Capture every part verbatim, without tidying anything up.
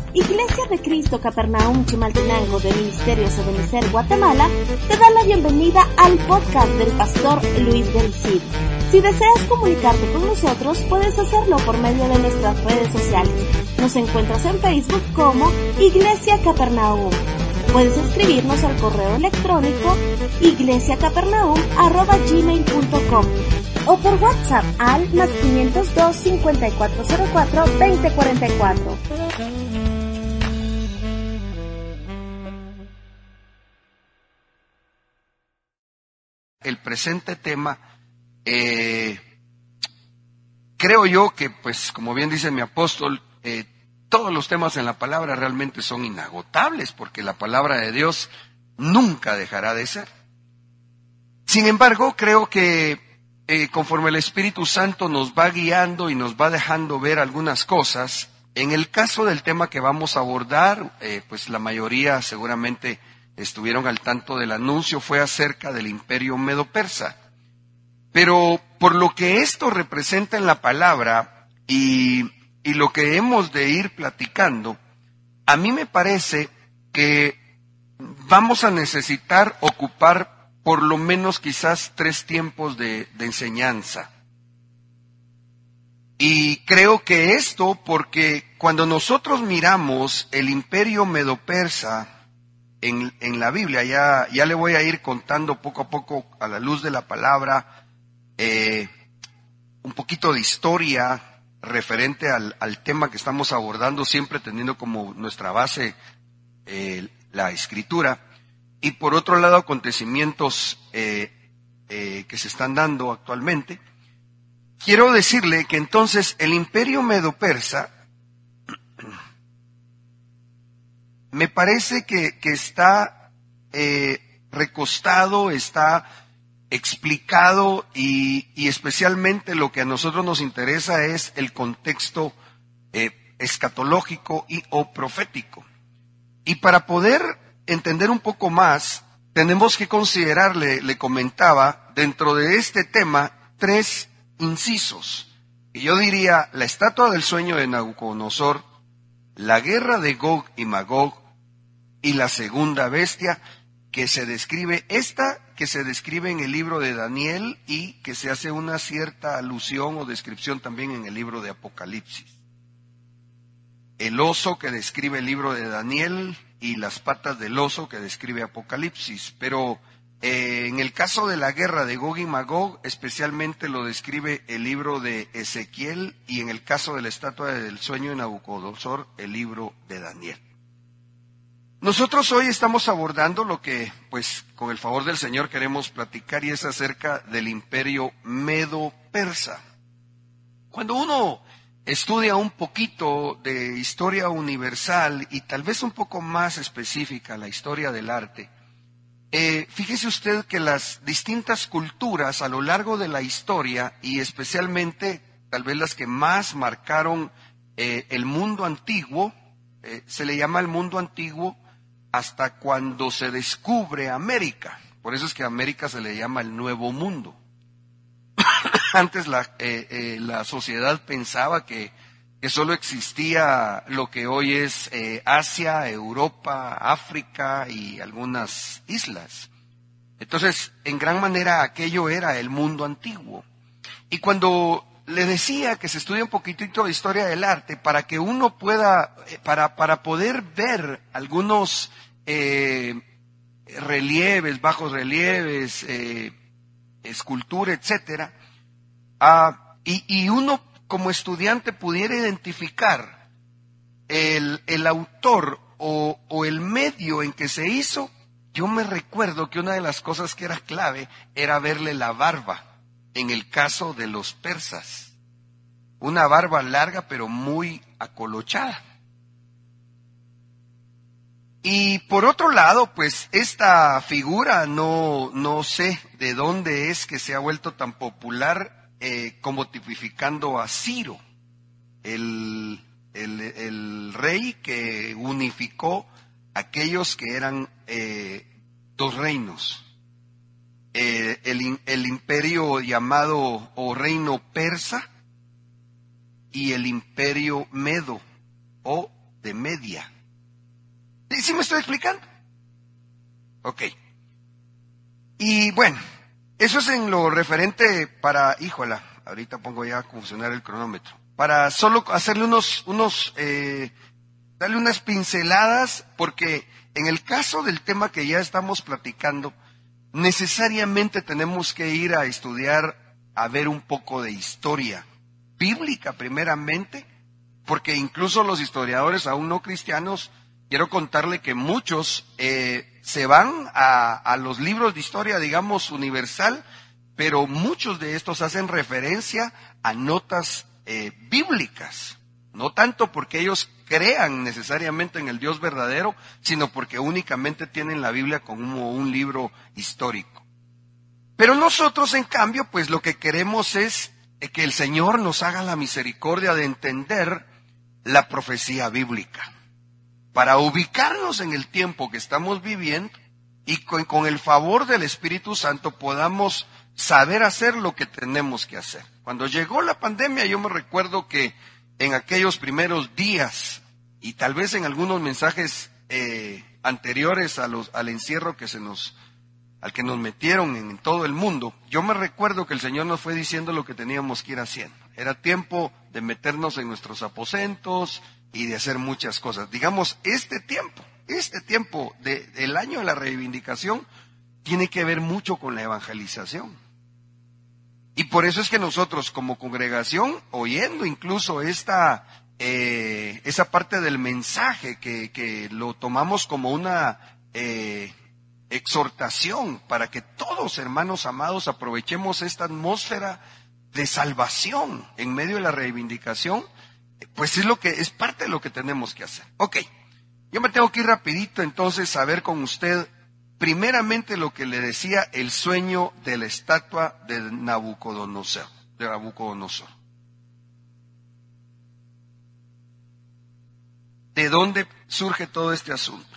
Iglesia de Cristo Capernaum Chimaltenango de Ministerios Ebenezer Guatemala te da la bienvenida al podcast del pastor Luis del Cid. Si deseas comunicarte con nosotros, puedes hacerlo por medio de nuestras redes sociales. Nos encuentras en Facebook como Iglesia Capernaum. Puedes escribirnos al correo electrónico iglesiacapernaum arroba gmail punto com o por WhatsApp al más quinientos dos, cincuenta y cuatro cero cuatro, veinte cuarenta y cuatro. El presente tema, eh, creo yo que, pues, como bien dice mi apóstol, eh, todos los temas en la palabra realmente son inagotables, porque la palabra de Dios nunca dejará de ser. Sin embargo, creo que eh, conforme el Espíritu Santo nos va guiando y nos va dejando ver algunas cosas, en el caso del tema que vamos a abordar, eh, pues la mayoría seguramente estuvieron al tanto del anuncio, fue acerca del imperio medo-persa. Pero por lo que esto representa en la palabra y, y lo que hemos de ir platicando, a mí me parece que vamos a necesitar ocupar por lo menos quizás tres tiempos de, de enseñanza. Y creo que esto porque cuando nosotros miramos el imperio medo-persa en, en la Biblia, ya, ya le voy a ir contando poco a poco a la luz de la palabra, eh, un poquito de historia referente al, al tema que estamos abordando, siempre teniendo como nuestra base eh, la Escritura. Y por otro lado, acontecimientos eh, eh, que se están dando actualmente. Quiero decirle que entonces el imperio medo-persa me parece que, que está eh, recostado, está explicado y, y especialmente lo que a nosotros nos interesa es el contexto eh, escatológico y o profético. Y para poder entender un poco más, tenemos que considerar, le, le comentaba, dentro de este tema, tres incisos. Y yo diría, la estatua del sueño de Nabucodonosor, la guerra de Gog y Magog, y la segunda bestia, que se describe, esta que se describe en el libro de Daniel y que se hace una cierta alusión o descripción también en el libro de Apocalipsis. El oso que describe el libro de Daniel y las patas del oso que describe Apocalipsis. Pero eh, en el caso de la guerra de Gog y Magog, especialmente lo describe el libro de Ezequiel, y en el caso de la estatua del sueño de Nabucodonosor, el libro de Daniel. Nosotros hoy estamos abordando lo que, pues, con el favor del Señor queremos platicar, y es acerca del imperio medo-persa. Cuando uno estudia un poquito de historia universal y tal vez un poco más específica la historia del arte, eh, fíjese usted que las distintas culturas a lo largo de la historia, y especialmente tal vez las que más marcaron eh, el mundo antiguo, eh, se le llama el mundo antiguo hasta cuando se descubre América. Por eso es que a América se le llama el Nuevo Mundo. Antes la, eh, eh, la sociedad pensaba que, que solo existía lo que hoy es eh, Asia, Europa, África y algunas islas. Entonces, en gran manera aquello era el mundo antiguo. Y cuando le decía que se estudia un poquitito de historia del arte, para que uno pueda, eh, para, para poder ver algunos eh, relieves, bajos relieves, eh, escultura, etcétera, Ah, y, y uno como estudiante pudiera identificar el, el autor o, o el medio en que se hizo, yo me recuerdo que una de las cosas que era clave era verle la barba, en el caso de los persas. Una barba larga pero muy acolochada. Y por otro lado, pues esta figura no, no sé de dónde es que se ha vuelto tan popular, Eh, como tipificando a Ciro, el, el, el rey que unificó aquellos que eran eh, dos reinos. Eh, el, el imperio llamado o reino persa y el imperio medo o de Media. ¿Sí, sí me estoy explicando? Ok. Y bueno, eso es en lo referente para, híjola, ahorita pongo ya a funcionar el cronómetro, para solo hacerle unos, unos, eh, darle unas pinceladas, porque en el caso del tema que ya estamos platicando, necesariamente tenemos que ir a estudiar, a ver un poco de historia bíblica primeramente, porque incluso los historiadores aún no cristianos, quiero contarle que muchos eh, se van a, a los libros de historia, digamos, universal, pero muchos de estos hacen referencia a notas eh, bíblicas, no tanto porque ellos crean necesariamente en el Dios verdadero, sino porque únicamente tienen la Biblia como un libro histórico. Pero nosotros, en cambio, pues lo que queremos es que el Señor nos haga la misericordia de entender la profecía bíblica, para ubicarnos en el tiempo que estamos viviendo y con, con el favor del Espíritu Santo podamos saber hacer lo que tenemos que hacer. Cuando llegó la pandemia, yo me recuerdo que en aquellos primeros días, y tal vez en algunos mensajes eh, anteriores a los, al encierro que se nos, al que nos metieron en, en todo el mundo, yo me recuerdo que el Señor nos fue diciendo lo que teníamos que ir haciendo. Era tiempo de meternos en nuestros aposentos y de hacer muchas cosas. Digamos, este tiempo, este tiempo de, del año de la reivindicación tiene que ver mucho con la evangelización. Y por eso es que nosotros como congregación, oyendo incluso esta, eh, esa parte del mensaje que, que lo tomamos como una eh, exhortación para que todos, hermanos amados, aprovechemos esta atmósfera de salvación en medio de la reivindicación, pues es lo que es parte de lo que tenemos que hacer. Ok, yo me tengo que ir rapidito entonces a ver con usted primeramente lo que le decía el sueño de la estatua de Nabucodonosor, de Nabucodonosor. ¿De dónde surge todo este asunto?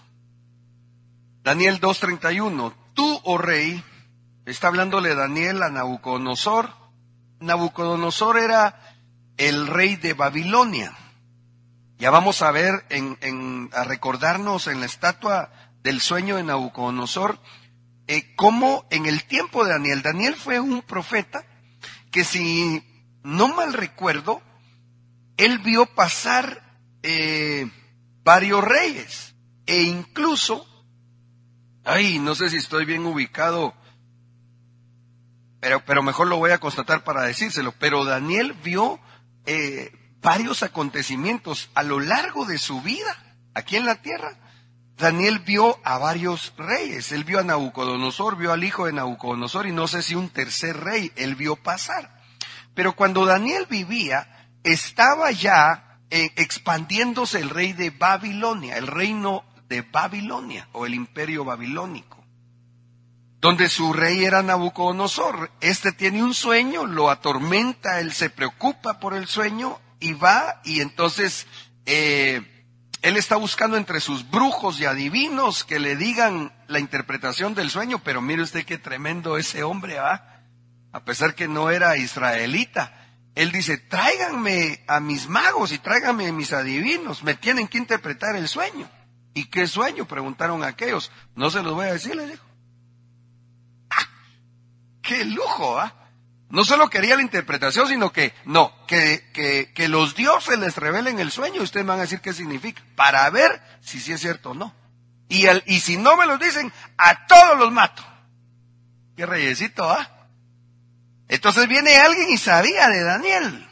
Daniel dos treinta y uno, tú, oh rey, está hablándole Daniel a Nabucodonosor. Nabucodonosor era el rey de Babilonia. Ya vamos a ver, en, en, a recordarnos en la estatua del sueño de Nabucodonosor, eh, cómo en el tiempo de Daniel, Daniel fue un profeta que, si no mal recuerdo, él vio pasar eh, varios reyes, e incluso, ay, no sé si estoy bien ubicado, pero, pero mejor lo voy a constatar para decírselo, pero Daniel vio eh, varios acontecimientos a lo largo de su vida aquí en la tierra. Daniel vio a varios reyes, él vio a Nabucodonosor, vio al hijo de Nabucodonosor y no sé si un tercer rey él vio pasar. Pero cuando Daniel vivía, estaba ya eh, expandiéndose el rey de Babilonia, el reino de Babilonia o el imperio babilónico, donde su rey era Nabucodonosor. Este tiene un sueño, lo atormenta, él se preocupa por el sueño y va y entonces eh, él está buscando entre sus brujos y adivinos que le digan la interpretación del sueño, pero mire usted qué tremendo ese hombre, ¿va? A pesar que no era israelita. Él dice, tráiganme a mis magos y tráiganme a mis adivinos, me tienen que interpretar el sueño. ¿Y qué sueño?, preguntaron aquellos. No se los voy a decir, les dijo. ¡Ah! ¡Qué lujo, ah! No solo quería la interpretación, sino que, no, que, que, que los dioses les revelen el sueño y ustedes me van a decir qué significa, para ver si sí es cierto o no. Y, el, y si no me los dicen, a todos los mato. ¡Qué reyesito, ah! Entonces viene alguien y sabía de Daniel,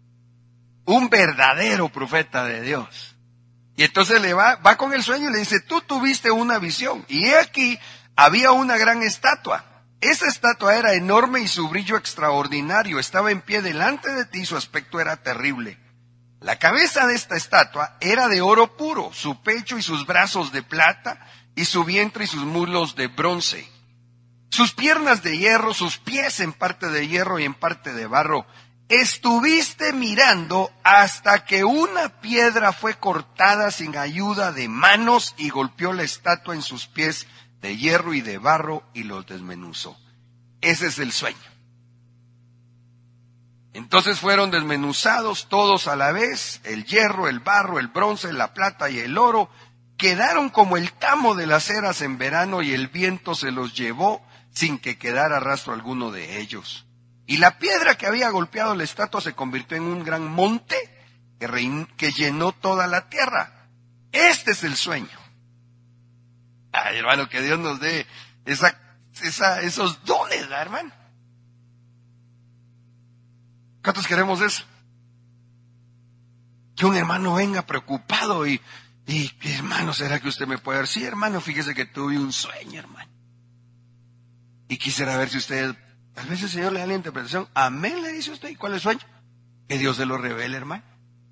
un verdadero profeta de Dios. Y entonces le va, va con el sueño y le dice, tú tuviste una visión. Y he aquí, había una gran estatua. Esa estatua era enorme y su brillo extraordinario. Estaba en pie delante de ti, su aspecto era terrible. La cabeza de esta estatua era de oro puro, su pecho y sus brazos de plata, y su vientre y sus muslos de bronce. Sus piernas de hierro, sus pies en parte de hierro y en parte de barro. Estuviste mirando hasta que una piedra fue cortada sin ayuda de manos y golpeó la estatua en sus pies de hierro y de barro y los desmenuzó. Ese es el sueño. Entonces fueron desmenuzados todos a la vez, el hierro, el barro, el bronce, la plata y el oro, quedaron como el tamo de las eras en verano y el viento se los llevó sin que quedara rastro alguno de ellos. Y la piedra que había golpeado la estatua se convirtió en un gran monte que, rein, que llenó toda la tierra. Este es el sueño. Ay, hermano, que Dios nos dé esa, esa, esos dones, ¿verdad, hermano? ¿Cuántos queremos eso? Que un hermano venga preocupado y, y, hermano, ¿será que usted me puede dar? Sí, hermano, fíjese que tuve un sueño, hermano. Y quisiera ver si usted, tal vez el Señor le da la interpretación. Amén, le dice usted. ¿Y cuál es el sueño? Que Dios se lo revele, hermano.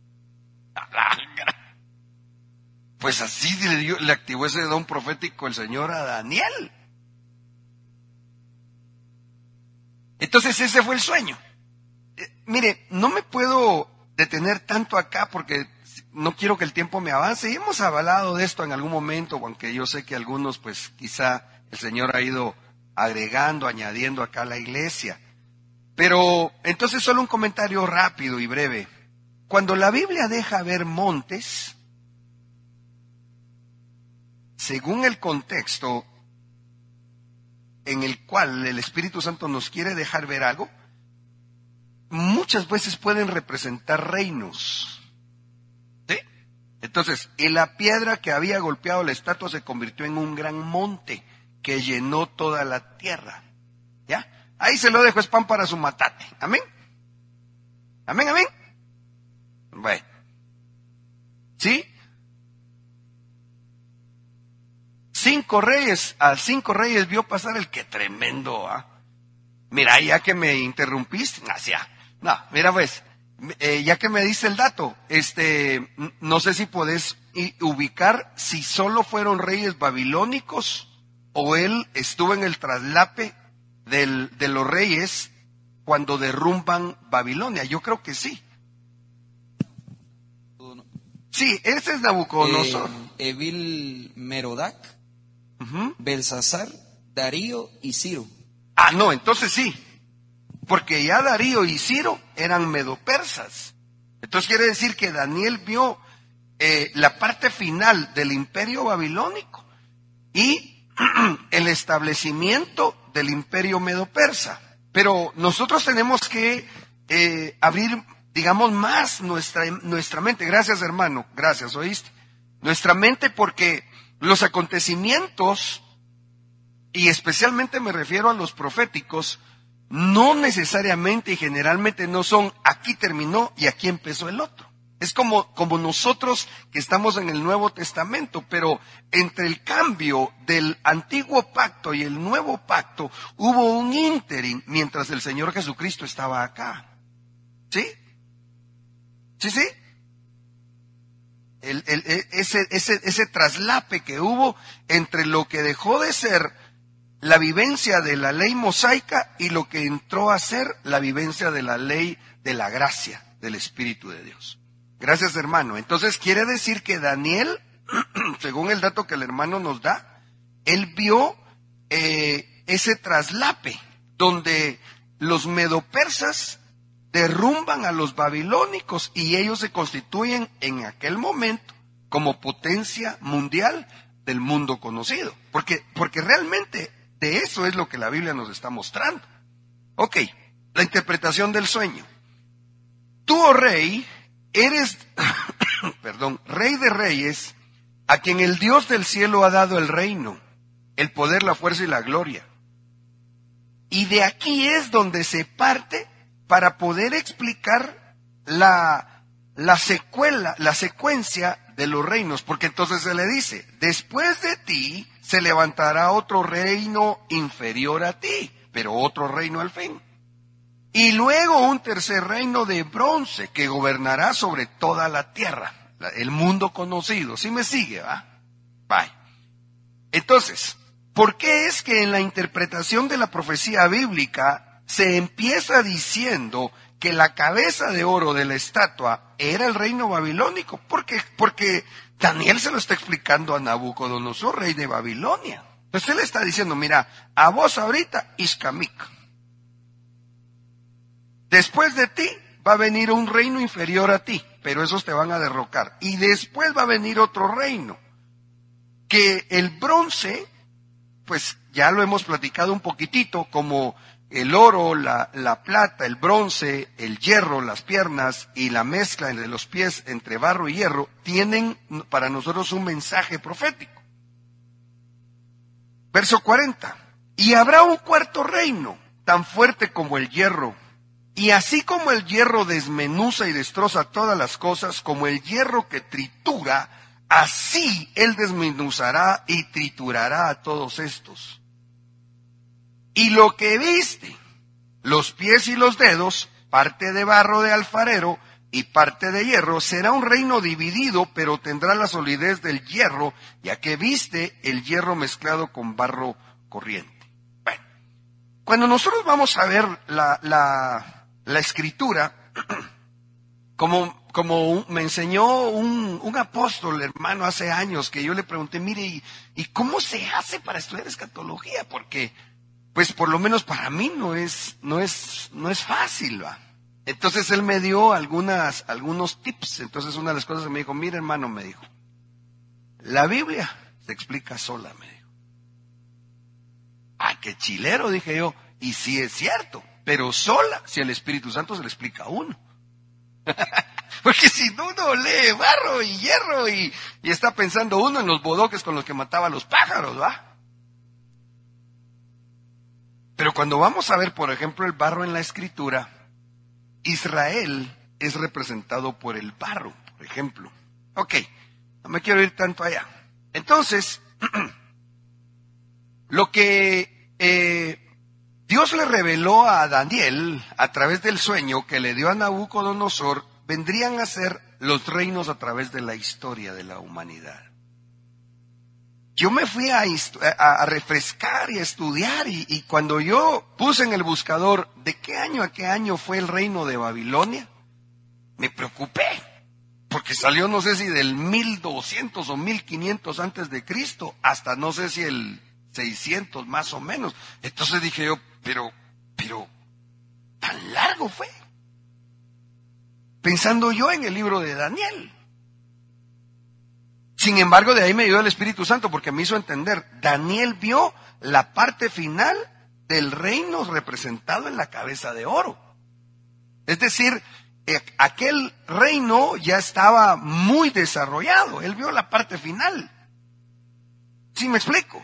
Pues así le, dio, le activó ese don profético el Señor a Daniel. Entonces ese fue el sueño. Eh, mire, no me puedo detener tanto acá porque no quiero que el tiempo me avance. Y hemos hablado de esto en algún momento, aunque yo sé que algunos, pues quizá el Señor ha ido agregando, añadiendo acá a la iglesia. Pero entonces solo un comentario rápido y breve. Cuando la Biblia deja ver montes, según el contexto en el cual el Espíritu Santo nos quiere dejar ver algo, muchas veces pueden representar reinos. ¿Sí? Entonces, y la piedra que había golpeado la estatua se convirtió en un gran monte que llenó toda la tierra. ¿Ya? Ahí se lo dejo, es pan para su matate. Amén. Amén, amén. Bueno. ¿Sí? Cinco reyes, a cinco reyes vio pasar el que tremendo, ¿ah? Mira, ya que me interrumpiste, hacia, no, mira pues, eh, ya que me diste el dato, este, no sé si podés ubicar si solo fueron reyes babilónicos o él estuvo en el traslape del, de los reyes cuando derrumban Babilonia. Yo creo que sí. Sí, ese es Nabucodonosor. Eh, Evil Merodac, uh-huh. Belsasar, Darío y Ciro. Ah, no, entonces sí, porque ya Darío y Ciro eran medopersas. Entonces quiere decir que Daniel vio eh, la parte final del imperio babilónico y el establecimiento del imperio medopersa. Pero nosotros tenemos que eh, abrir, digamos, más nuestra, nuestra mente. Gracias, hermano, gracias, ¿oíste? Nuestra mente, porque los acontecimientos, y especialmente me refiero a los proféticos, no necesariamente y generalmente no son aquí terminó y aquí empezó el otro. Es como, como nosotros que estamos en el Nuevo Testamento, pero entre el cambio del antiguo pacto y el nuevo pacto hubo un ínterin mientras el Señor Jesucristo estaba acá. ¿Sí? ¿Sí, sí? El, el, ese, ese, ese traslape que hubo entre lo que dejó de ser la vivencia de la ley mosaica y lo que entró a ser la vivencia de la ley de la gracia del Espíritu de Dios. Gracias, hermano. Entonces quiere decir que Daniel, según el dato que el hermano nos da, él vio eh, ese traslape donde los medopersas derrumban a los babilónicos y ellos se constituyen en aquel momento como potencia mundial del mundo conocido. Porque, porque realmente de eso es lo que la Biblia nos está mostrando. Ok, la interpretación del sueño. Tú, oh rey, eres, perdón, rey de reyes, a quien el Dios del cielo ha dado el reino, el poder, la fuerza y la gloria. Y de aquí es donde se parte para poder explicar la, la secuela, la secuencia de los reinos, porque entonces se le dice, después de ti se levantará otro reino inferior a ti, pero otro reino al fin. Y luego un tercer reino de bronce que gobernará sobre toda la tierra, el mundo conocido. ¿Sí me sigue, va? Bye. Entonces, ¿por qué es que en la interpretación de la profecía bíblica se empieza diciendo que la cabeza de oro de la estatua era el reino babilónico? Porque, porque Daniel se lo está explicando a Nabucodonosor, rey de Babilonia. Entonces él está diciendo, mira, a vos ahorita, Iskamik. Después de ti va a venir un reino inferior a ti, pero esos te van a derrocar. Y después va a venir otro reino, que el bronce, pues ya lo hemos platicado un poquitito, como el oro, la, la plata, el bronce, el hierro, las piernas y la mezcla de los pies entre barro y hierro, tienen para nosotros un mensaje profético. Verso cuarenta. Y habrá un cuarto reino, tan fuerte como el hierro. Y así como el hierro desmenuza y destroza todas las cosas, como el hierro que tritura, así él desmenuzará y triturará a todos estos. Y lo que viste, los pies y los dedos, parte de barro de alfarero y parte de hierro, será un reino dividido, pero tendrá la solidez del hierro, ya que viste el hierro mezclado con barro corriente. Bueno, cuando nosotros vamos a ver la, la, la escritura, como, como un, me enseñó un, un apóstol, hermano, hace años, que yo le pregunté, mire, ¿y, ¿y cómo se hace para estudiar escatología? Porque, pues por lo menos para mí no es, no es, no es fácil, ¿va? Entonces él me dio algunas, algunos tips. Entonces una de las cosas que me dijo, mira hermano, me dijo, la Biblia se explica sola, me dijo. Ah, qué chilero, dije yo, y sí es cierto, pero sola, si el Espíritu Santo se le explica a uno. Porque si no, uno lee barro y hierro y, y está pensando uno en los bodoques con los que mataba a los pájaros, ¿va? Pero cuando vamos a ver, por ejemplo, el barro en la Escritura, Israel es representado por el barro, por ejemplo. Ok, no me quiero ir tanto allá. Entonces, lo que eh, Dios le reveló a Daniel a través del sueño que le dio a Nabucodonosor, vendrían a ser los reinos a través de la historia de la humanidad. Yo me fui a, a, a refrescar y a estudiar y, y cuando yo puse en el buscador de qué año a qué año fue el reino de Babilonia, me preocupé, porque salió no sé si del mil doscientos o mil quinientos antes de Cristo hasta no sé si el seiscientos más o menos. Entonces dije yo, pero, pero, tan largo fue. Pensando yo en el libro de Daniel. Sin embargo, de ahí me ayudó el Espíritu Santo porque me hizo entender, Daniel vio la parte final del reino representado en la cabeza de oro. Es decir, eh, aquel reino ya estaba muy desarrollado, él vio la parte final. ¿Sí me explico?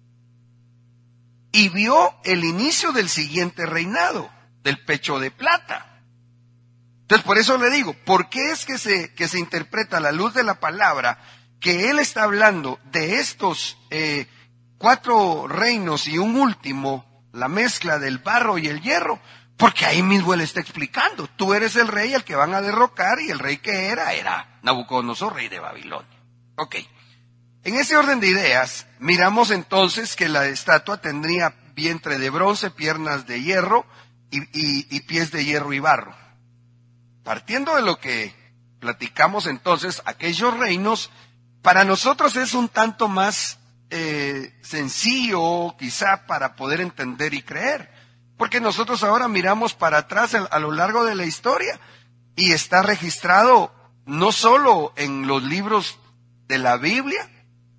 Y vio el inicio del siguiente reinado, del pecho de plata. Entonces, por eso le digo, ¿por qué es que se, que se interpreta a la luz de la palabra que él está hablando de estos eh, cuatro reinos y un último, la mezcla del barro y el hierro? Porque ahí mismo él está explicando, tú eres el rey al que van a derrocar y el rey que era, era Nabucodonosor, rey de Babilonia. Ok, en ese orden de ideas, miramos entonces que la estatua tendría vientre de bronce, piernas de hierro y, y, y pies de hierro y barro. Partiendo de lo que platicamos entonces, aquellos reinos para nosotros es un tanto más eh, sencillo quizá para poder entender y creer, porque nosotros ahora miramos para atrás a, a lo largo de la historia y está registrado no solo en los libros de la Biblia,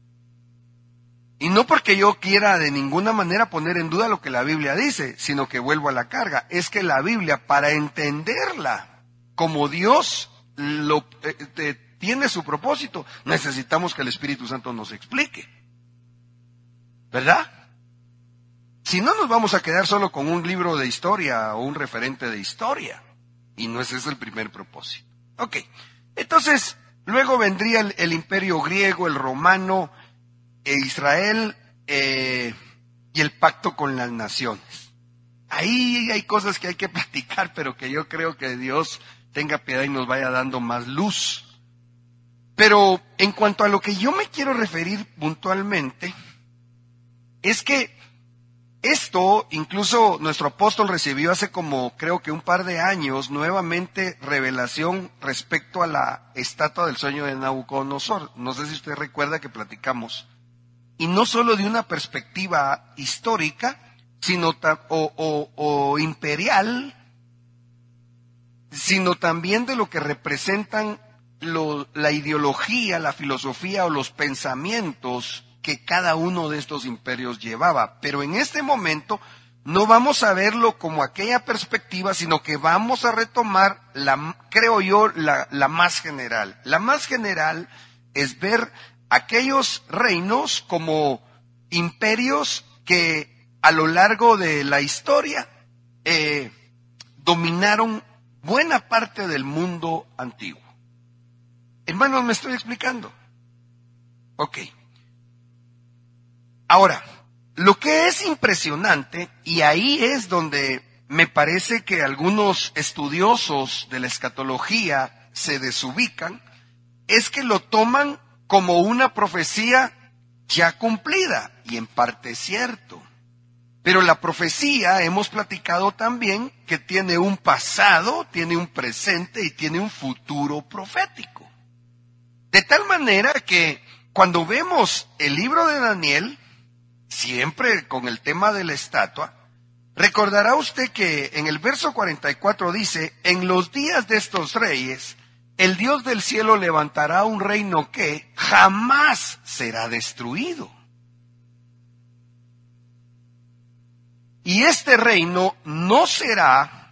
y no porque yo quiera de ninguna manera poner en duda lo que la Biblia dice, sino que vuelvo a la carga, es que la Biblia, para entenderla como Dios lo eh, eh, tiene su propósito, necesitamos que el Espíritu Santo nos explique. ¿Verdad? Si no, nos vamos a quedar solo con un libro de historia o un referente de historia. Y no ese es el primer propósito. Ok, entonces, luego vendría el, el imperio griego, el romano, e Israel eh, y el pacto con las naciones. Ahí hay cosas que hay que platicar, pero que yo creo que Dios tenga piedad y nos vaya dando más luz. Pero en cuanto a lo que yo me quiero referir puntualmente, es que esto, incluso nuestro apóstol recibió hace como creo que un par de años, nuevamente revelación respecto a la estatua del sueño de Nabucodonosor. No sé si usted recuerda que platicamos. Y no solo de una perspectiva histórica, sino ta- o, o, o imperial, sino también de lo que representan lo, la ideología, la filosofía o los pensamientos que cada uno de estos imperios llevaba. Pero en este momento no vamos a verlo como aquella perspectiva, sino que vamos a retomar, la, creo yo, la, la más general. La más general es ver aquellos reinos como imperios que a lo largo de la historia eh, dominaron buena parte del mundo antiguo. Hermanos, ¿me estoy explicando? Ok. Ahora, lo que es impresionante, y ahí es donde me parece que algunos estudiosos de la escatología se desubican, es que lo toman como una profecía ya cumplida, y en parte es cierto. Pero la profecía, hemos platicado también, que tiene un pasado, tiene un presente y tiene un futuro profético. De tal manera que cuando vemos el libro de Daniel, siempre con el tema de la estatua, recordará usted que en el verso cuarenta y cuatro dice, en los días de estos reyes, el Dios del cielo levantará un reino que jamás será destruido. Y este reino no será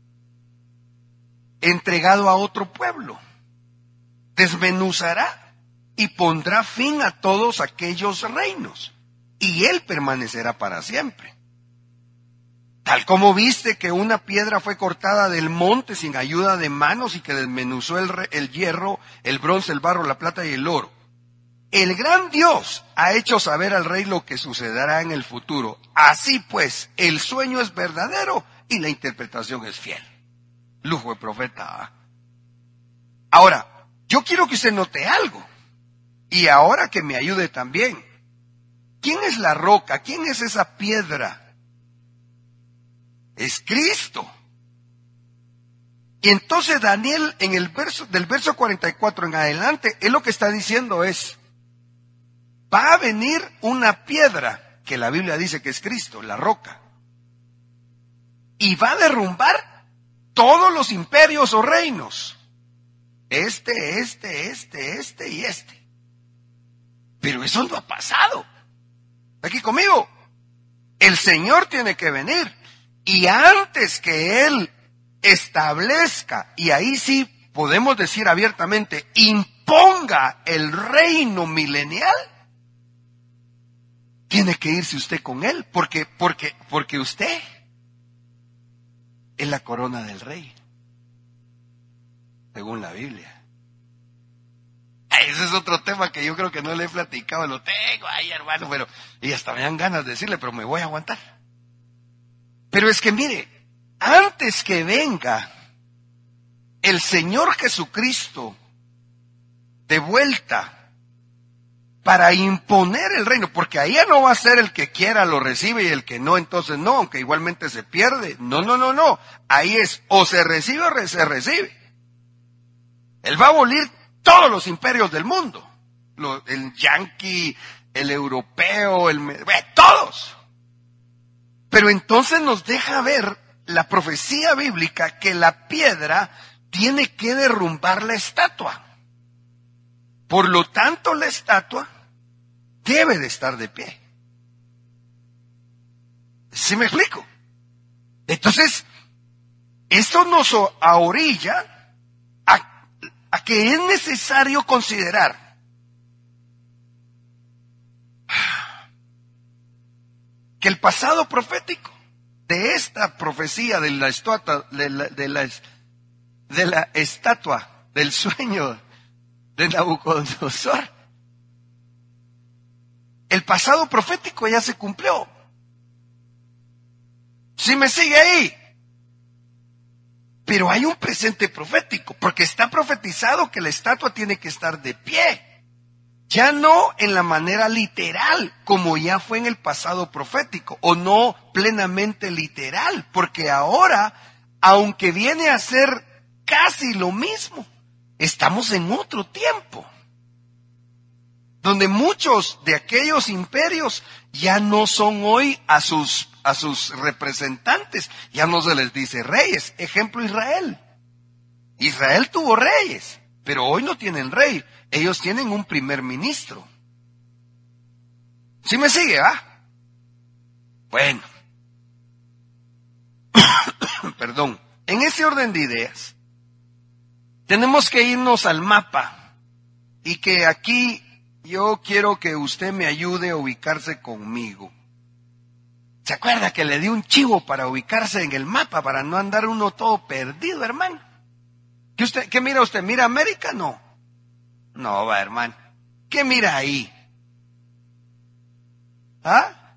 entregado a otro pueblo. Desmenuzará y pondrá fin a todos aquellos reinos. Y él permanecerá para siempre. Tal como viste que una piedra fue cortada del monte sin ayuda de manos y que desmenuzó el, el hierro, el bronce, el barro, la plata y el oro. El gran Dios ha hecho saber al rey lo que sucederá en el futuro. Así pues, el sueño es verdadero y la interpretación es fiel. Lujo de profeta. ¿eh? Ahora, yo quiero que usted note algo. Y ahora que me ayude también. ¿Quién es la roca? ¿Quién es esa piedra? Es Cristo. Y entonces Daniel, en el verso, del verso cuarenta y cuatro en adelante, él lo que está diciendo es, va a venir una piedra, que la Biblia dice que es Cristo, la roca, y va a derrumbar todos los imperios o reinos. Este, este, este, este y este. Pero eso no ha pasado. Aquí conmigo. El Señor tiene que venir. Y antes que Él establezca, y ahí sí podemos decir abiertamente, imponga el reino milenial, tiene que irse usted con Él, porque, porque, porque usted es la corona del rey, según la Biblia. Ese es otro tema que yo creo que no le he platicado, lo tengo ahí, hermano, pero, y hasta me dan ganas de decirle, pero me voy a aguantar. Pero es que mire, antes que venga el Señor Jesucristo de vuelta para imponer el reino, porque ahí ya no va a ser el que quiera lo recibe y el que no, entonces no, aunque igualmente se pierde. No, no, no, no. Ahí es o se recibe o se recibe. Él va a abolir todos los imperios del mundo. El yanqui, el europeo, el... Bueno, todos. Pero entonces nos deja ver la profecía bíblica que la piedra tiene que derrumbar la estatua. Por lo tanto, la estatua debe de estar de pie. ¿Sí me explico? Entonces, esto nos ahorilla a, a que es necesario considerar que el pasado profético de esta profecía de la estatua, de la, de la, de la estatua del sueño de Nabucodonosor, el pasado profético ya se cumplió. ¿Sí me sigue ahí? Pero hay un presente profético, porque está profetizado que la estatua tiene que estar de pie. Ya no en la manera literal, como ya fue en el pasado profético, o no plenamente literal, porque ahora, aunque viene a ser casi lo mismo, estamos en otro tiempo, donde muchos de aquellos imperios ya no son hoy a sus, a sus representantes, ya no se les dice reyes. Ejemplo, Israel. Israel tuvo reyes, pero hoy no tienen rey. Ellos tienen un primer ministro. ¿Sí me sigue, va? Bueno. Perdón. En ese orden de ideas, tenemos que irnos al mapa. Y que aquí yo quiero que usted me ayude a ubicarse conmigo. ¿Se acuerda que le di un chivo para ubicarse en el mapa, para no andar uno todo perdido, hermano? ¿Qué, usted, qué mira usted? ¿Mira América? No. No, va, hermano. ¿Qué mira ahí? ¿Ah?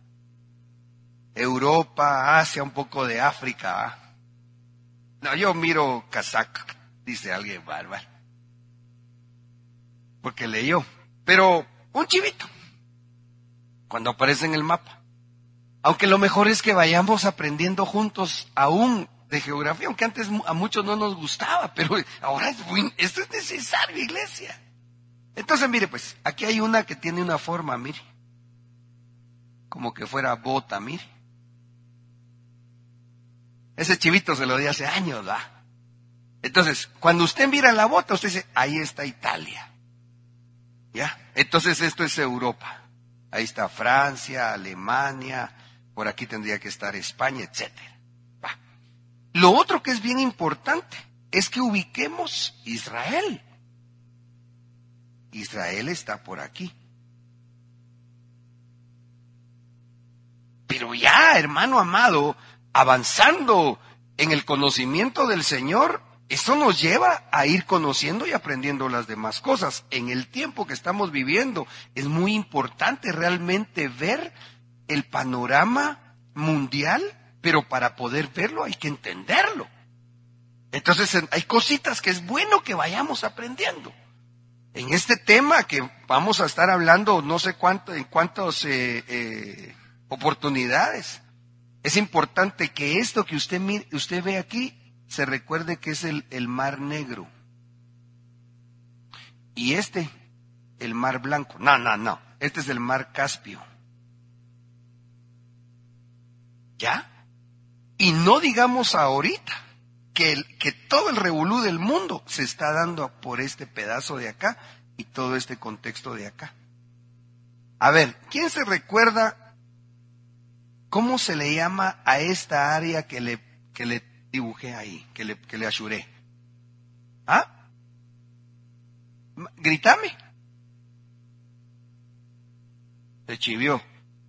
Europa, Asia, un poco de África. ¿Ah? No, yo miro Kazakh, dice alguien bárbaro. Porque leyó. Pero un chivito. Cuando aparece en el mapa. Aunque lo mejor es que vayamos aprendiendo juntos aún de geografía, aunque antes a muchos no nos gustaba, pero ahora es muy, esto es necesario, iglesia. Entonces, mire, pues, aquí hay una que tiene una forma, mire. Como que fuera bota, mire. Ese chivito se lo di hace años, ¿va? Entonces, cuando usted mira la bota, usted dice, ahí está Italia. ¿Ya? Entonces, esto es Europa. Ahí está Francia, Alemania, por aquí tendría que estar España, etcétera. Va. Lo otro que es bien importante es que ubiquemos Israel. Israel está por aquí. Pero ya, hermano amado, avanzando en el conocimiento del Señor, eso nos lleva a ir conociendo y aprendiendo las demás cosas. En el tiempo que estamos viviendo, es muy importante realmente ver el panorama mundial, pero para poder verlo hay que entenderlo. Entonces, hay cositas que es bueno que vayamos aprendiendo. En este tema que vamos a estar hablando, no sé cuánto, en cuántas eh, eh, oportunidades, es importante que esto que usted, usted ve aquí, se recuerde que es el, el Mar Negro. Y este, el Mar Blanco. No, no, no. Este es el Mar Caspio. ¿Ya? Y no digamos ahorita que, el, que todo el revolú del mundo se está dando por este pedazo de acá y todo este contexto de acá. A ver, ¿quién se recuerda cómo se le llama a esta área que le, que le dibujé ahí, que le, que le asuré? ¿Ah? Grítame. Se chivió.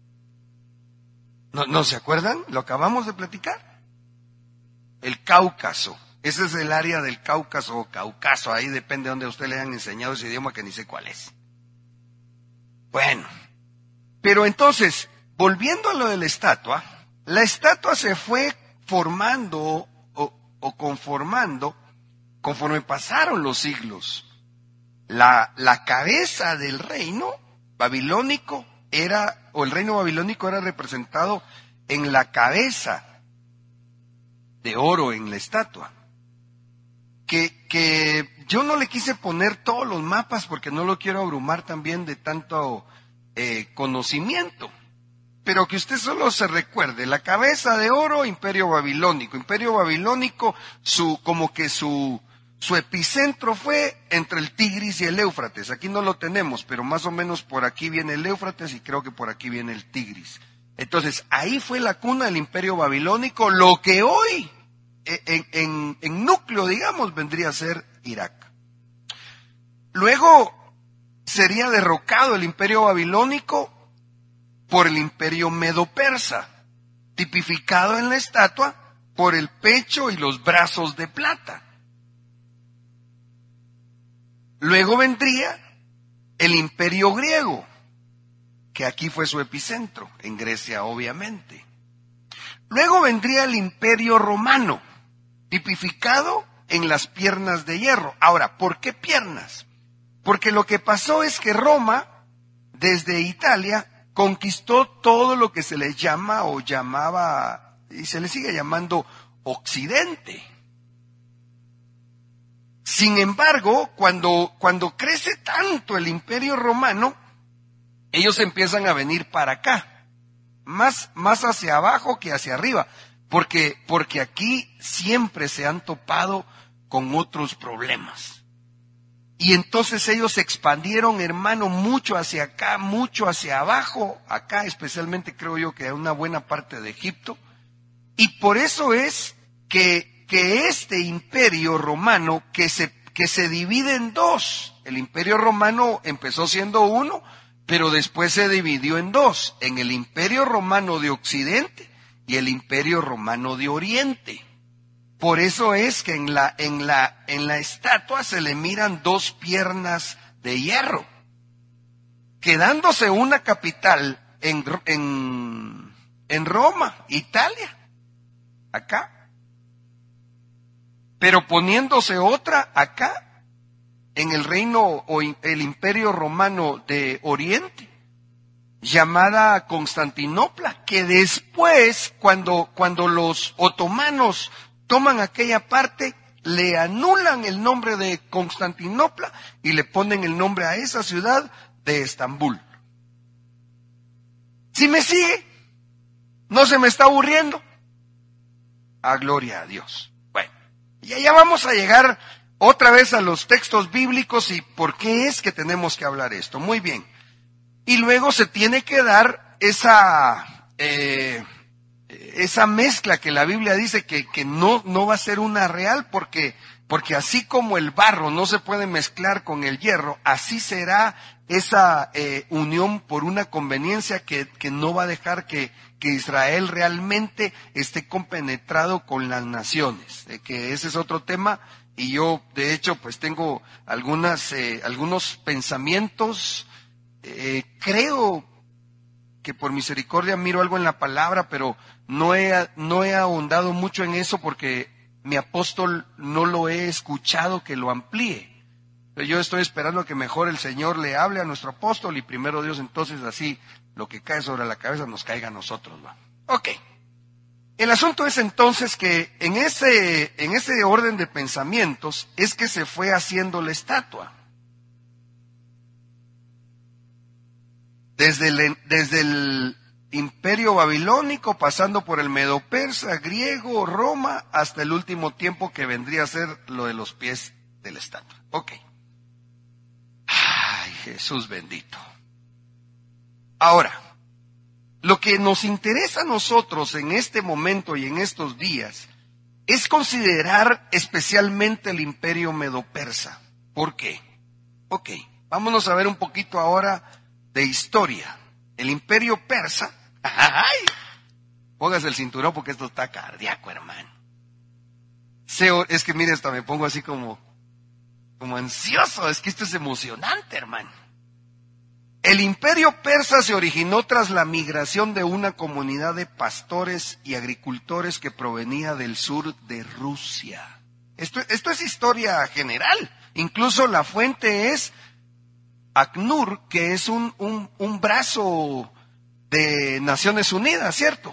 ¿No, ¿No se acuerdan? Lo acabamos de platicar. El Cáucaso. Ese es el área del Cáucaso o Cáucaso. Ahí depende de donde a usted le hayan enseñado ese idioma que ni sé cuál es. Bueno. Pero entonces, volviendo a lo de la estatua, la estatua se fue formando o, o conformando conforme pasaron los siglos. La, la cabeza del reino babilónico era, o el reino babilónico era representado en la cabeza de oro en la estatua. Que, que yo no le quise poner todos los mapas porque no lo quiero abrumar también de tanto eh, conocimiento. Pero que usted solo se recuerde, la cabeza de oro, imperio babilónico. Imperio babilónico, su, como que su, su epicentro fue entre el Tigris y el Éufrates. Aquí no lo tenemos, pero más o menos por aquí viene el Éufrates y creo que por aquí viene el Tigris. Entonces, ahí fue la cuna del imperio babilónico, lo que hoy, en, en, en núcleo, digamos, vendría a ser Irak. Luego, sería derrocado el imperio babilónico por el imperio medo-persa, tipificado en la estatua por el pecho y los brazos de plata. Luego vendría el imperio griego, que aquí fue su epicentro, en Grecia obviamente. Luego vendría el imperio romano, tipificado en las piernas de hierro. Ahora, ¿por qué piernas? Porque lo que pasó es que Roma, desde Italia, conquistó todo lo que se le llama o llamaba, y se le sigue llamando Occidente. Sin embargo, cuando, cuando crece tanto el imperio romano, ellos empiezan a venir para acá, más, más hacia abajo que hacia arriba, porque, porque aquí siempre se han topado con otros problemas. Y entonces ellos se expandieron, hermano, mucho hacia acá, mucho hacia abajo, acá especialmente creo yo que una buena parte de Egipto. Y por eso es que, que este imperio romano que se, que se divide en dos, el imperio romano empezó siendo uno, pero después se dividió en dos, en el imperio romano de Occidente y el imperio romano de Oriente. Por eso es que en la, en la, en la estatua se le miran dos piernas de hierro, quedándose una capital en, en, en Roma, Italia, acá, pero poniéndose otra acá, en el reino o el imperio romano de Oriente, llamada Constantinopla, que después, cuando, cuando los otomanos toman aquella parte, le anulan el nombre de Constantinopla y le ponen el nombre a esa ciudad de Estambul. ¿Sí me sigue? ¿No se me está aburriendo? A gloria a Dios. Bueno, y allá vamos a llegar otra vez a los textos bíblicos y por qué es que tenemos que hablar esto. Muy bien. Y luego se tiene que dar esa... Eh, esa mezcla que la Biblia dice que, que no, no va a ser una real, porque, porque así como el barro no se puede mezclar con el hierro, así será esa eh, unión por una conveniencia que, que no va a dejar que, que Israel realmente esté compenetrado con las naciones, eh, que ese es otro tema, y yo de hecho pues tengo algunas, eh, algunos pensamientos, eh, creo que por misericordia miro algo en la palabra, pero no he, no he ahondado mucho en eso porque mi apóstol no lo he escuchado que lo amplíe. Yo estoy esperando que mejor el Señor le hable a nuestro apóstol y primero Dios, entonces así lo que cae sobre la cabeza nos caiga a nosotros, ¿va? Ok. El asunto es entonces que en ese, en ese orden de pensamientos es que se fue haciendo la estatua. Desde el, desde el imperio babilónico, pasando por el medo-persa, griego, Roma, hasta el último tiempo que vendría a ser lo de los pies de la estatua. Ok. Ay, Jesús bendito. Ahora, lo que nos interesa a nosotros en este momento y en estos días es considerar especialmente el imperio medo-persa. ¿Por qué? Ok, vámonos a ver un poquito ahora de historia. El imperio persa, ¡ay! Póngase el cinturón porque esto está cardíaco, hermano. Se, es que mire, hasta me pongo así como, como ansioso, es que esto es emocionante, hermano. El imperio persa se originó tras la migración de una comunidad de pastores y agricultores que provenía del sur de Rusia. Esto, esto es historia general, incluso la fuente es ACNUR, que es un, un, un brazo de Naciones Unidas, ¿cierto?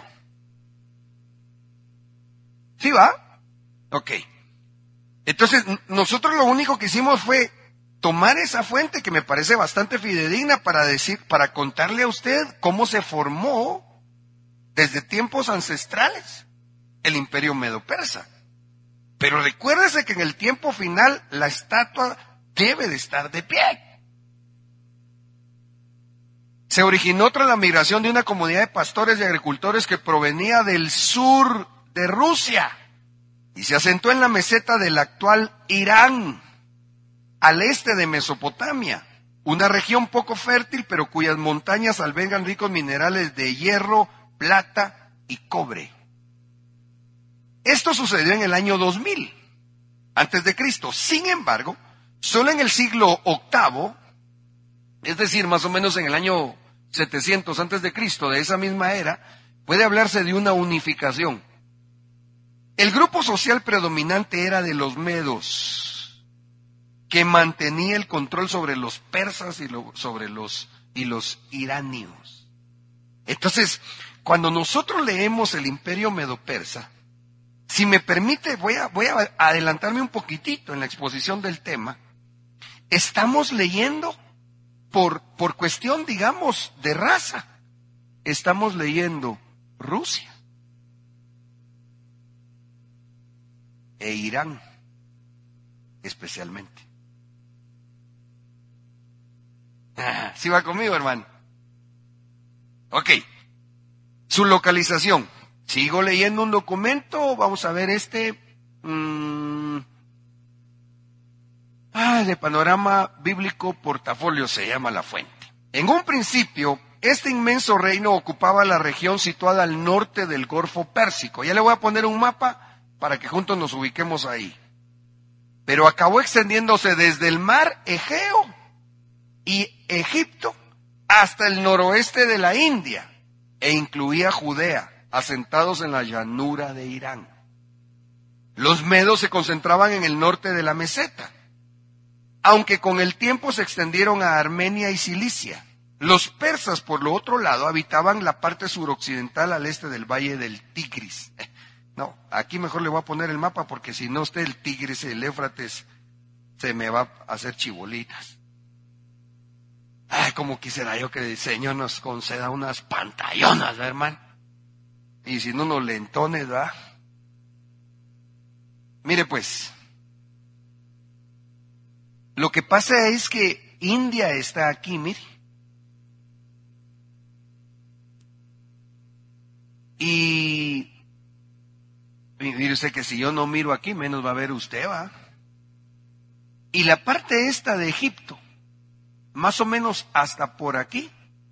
¿Sí va? Ok. Entonces, nosotros lo único que hicimos fue tomar esa fuente que me parece bastante fidedigna para decir, para contarle a usted cómo se formó desde tiempos ancestrales el imperio medo-persa. Pero recuérdese que en el tiempo final la estatua debe de estar de pie. Se originó tras la migración de una comunidad de pastores y agricultores que provenía del sur de Rusia y se asentó en la meseta del actual Irán, al este de Mesopotamia, una región poco fértil pero cuyas montañas albergan ricos minerales de hierro, plata y cobre. Esto sucedió en el año dos mil, antes de Cristo. Sin embargo, solo en el siglo octavo, es decir, más o menos en el año setecientos antes de Cristo, de esa misma era, puede hablarse de una unificación. El grupo social predominante era de los medos, que mantenía el control sobre los persas y lo, sobre los, y los iranios. Entonces, cuando nosotros leemos el imperio medo-persa, si me permite, voy a, voy a adelantarme un poquitito en la exposición del tema. Estamos leyendo por, por cuestión, digamos, de raza. Estamos leyendo Rusia e Irán. especialmente. Ah, ¿sí va conmigo, hermano? Ok. Su localización. Sigo leyendo un documento. Vamos a ver este. Mmm, ah, de Panorama Bíblico Portafolio se llama la fuente. En un principio, este inmenso reino ocupaba la región situada al norte del Golfo Pérsico. Ya le voy a poner un mapa para que juntos nos ubiquemos ahí. Pero acabó extendiéndose desde el mar Egeo y Egipto hasta el noroeste de la India e incluía Judea, asentados en la llanura de Irán. Los medos se concentraban en el norte de la meseta, aunque con el tiempo se extendieron a Armenia y Cilicia. Los persas, por lo otro lado, habitaban la parte suroccidental al este del valle del Tigris. No, aquí mejor le voy a poner el mapa porque si no usted el Tigris, el Éufrates, se me va a hacer chibolitas. Ay, como quisiera yo que el Señor nos conceda unas pantallonas, ¿verdad, hermano? Y si no, unos lentones, ¿verdad? Mire pues, lo que pasa es que India está aquí, mire. Y mire usted que si yo no miro aquí, menos va a ver usted, ¿va? Y la parte esta de Egipto, más o menos hasta por aquí,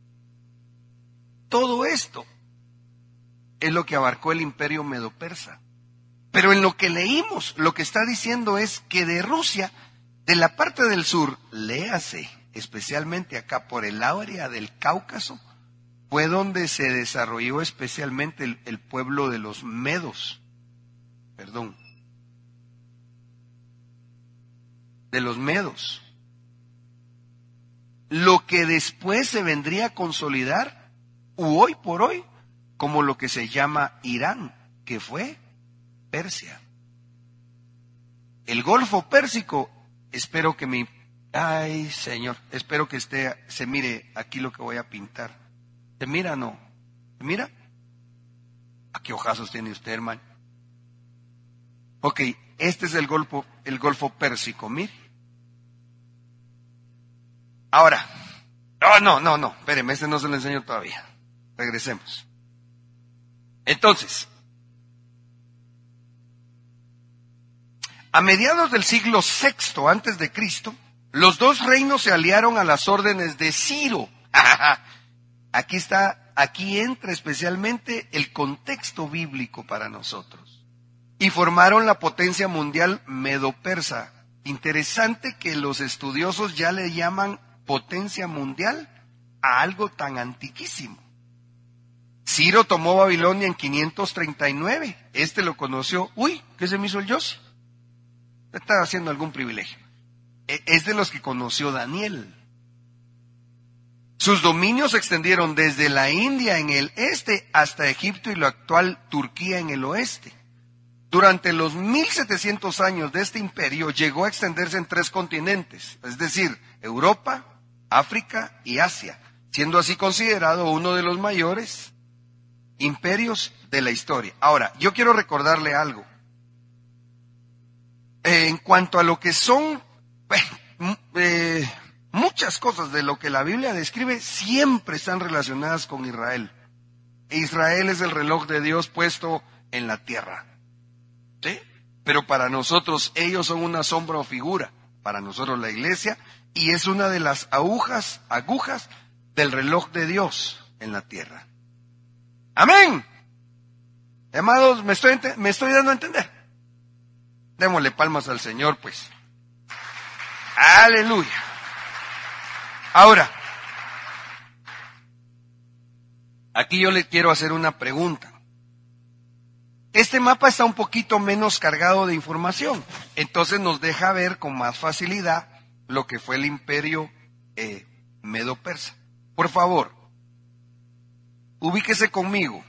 todo esto es lo que abarcó el imperio medo-persa. Pero en lo que leímos, lo que está diciendo es que de Rusia, de la parte del sur, léase, especialmente acá por el área del Cáucaso, fue donde se desarrolló especialmente el, el pueblo de los medos, perdón, de los medos. Lo que después se vendría a consolidar, u hoy por hoy, como lo que se llama Irán, que fue Persia. El Golfo Pérsico, espero que mi, ay Señor, espero que esté, se mire aquí lo que voy a pintar. ¿Se mira o no? ¿Se mira? ¿A qué ojazos tiene usted, hermano? Ok, este es el Golfo, el Golfo Pérsico, mire. Ahora, no, no, no, no, espéreme, este no se lo enseño todavía. Regresemos. Entonces, a mediados del siglo sexto antes de Cristo, los dos reinos se aliaron a las órdenes de Ciro. Aquí está, aquí entra especialmente el contexto bíblico para nosotros. Y formaron la potencia mundial medo-persa. Interesante que los estudiosos ya le llaman potencia mundial a algo tan antiquísimo. Ciro tomó Babilonia en quinientos treinta y nueve. Este lo conoció. Uy, ¿qué se me hizo el Yossi? Está haciendo algún privilegio. Es de los que conoció Daniel. Sus dominios se extendieron desde la India en el este hasta Egipto y la actual Turquía en el oeste. Durante los mil setecientos años de este imperio llegó a extenderse en tres continentes, es decir, Europa, África y Asia, siendo así considerado uno de los mayores imperios de la historia. Ahora, yo quiero recordarle algo. Eh, en cuanto a lo que son eh, eh, muchas cosas de lo que la Biblia describe, siempre están relacionadas con Israel. Israel es el reloj de Dios puesto en la tierra. ¿Sí? Pero para nosotros ellos son una sombra o figura, para nosotros la iglesia, y es una de las agujas, agujas del reloj de Dios en la tierra. Amén. Amados, me estoy, me estoy dando a entender. Démosle palmas al Señor, pues. Aleluya. Ahora, aquí yo le quiero hacer una pregunta. Este mapa está un poquito menos cargado de información, entonces nos deja ver con más facilidad lo que fue el imperio eh, medo-persa. Por favor, ubíquese conmigo.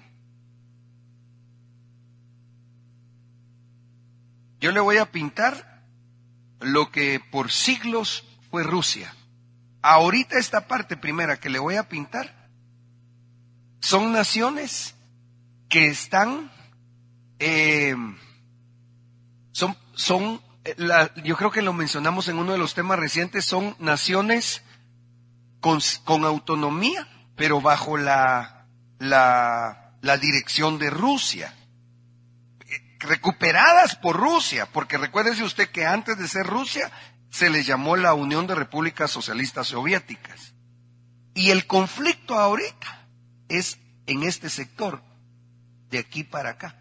Yo le voy a pintar lo que por siglos fue Rusia. Ahorita esta parte primera que le voy a pintar son naciones que están... Eh, son, son la, yo creo que lo mencionamos en uno de los temas recientes, son naciones con, con autonomía, pero bajo la, la, la dirección de Rusia, recuperadas por Rusia, porque recuérdese usted que antes de ser Rusia se les llamó la Unión de Repúblicas Socialistas Soviéticas. Y el conflicto ahorita es en este sector, de aquí para acá.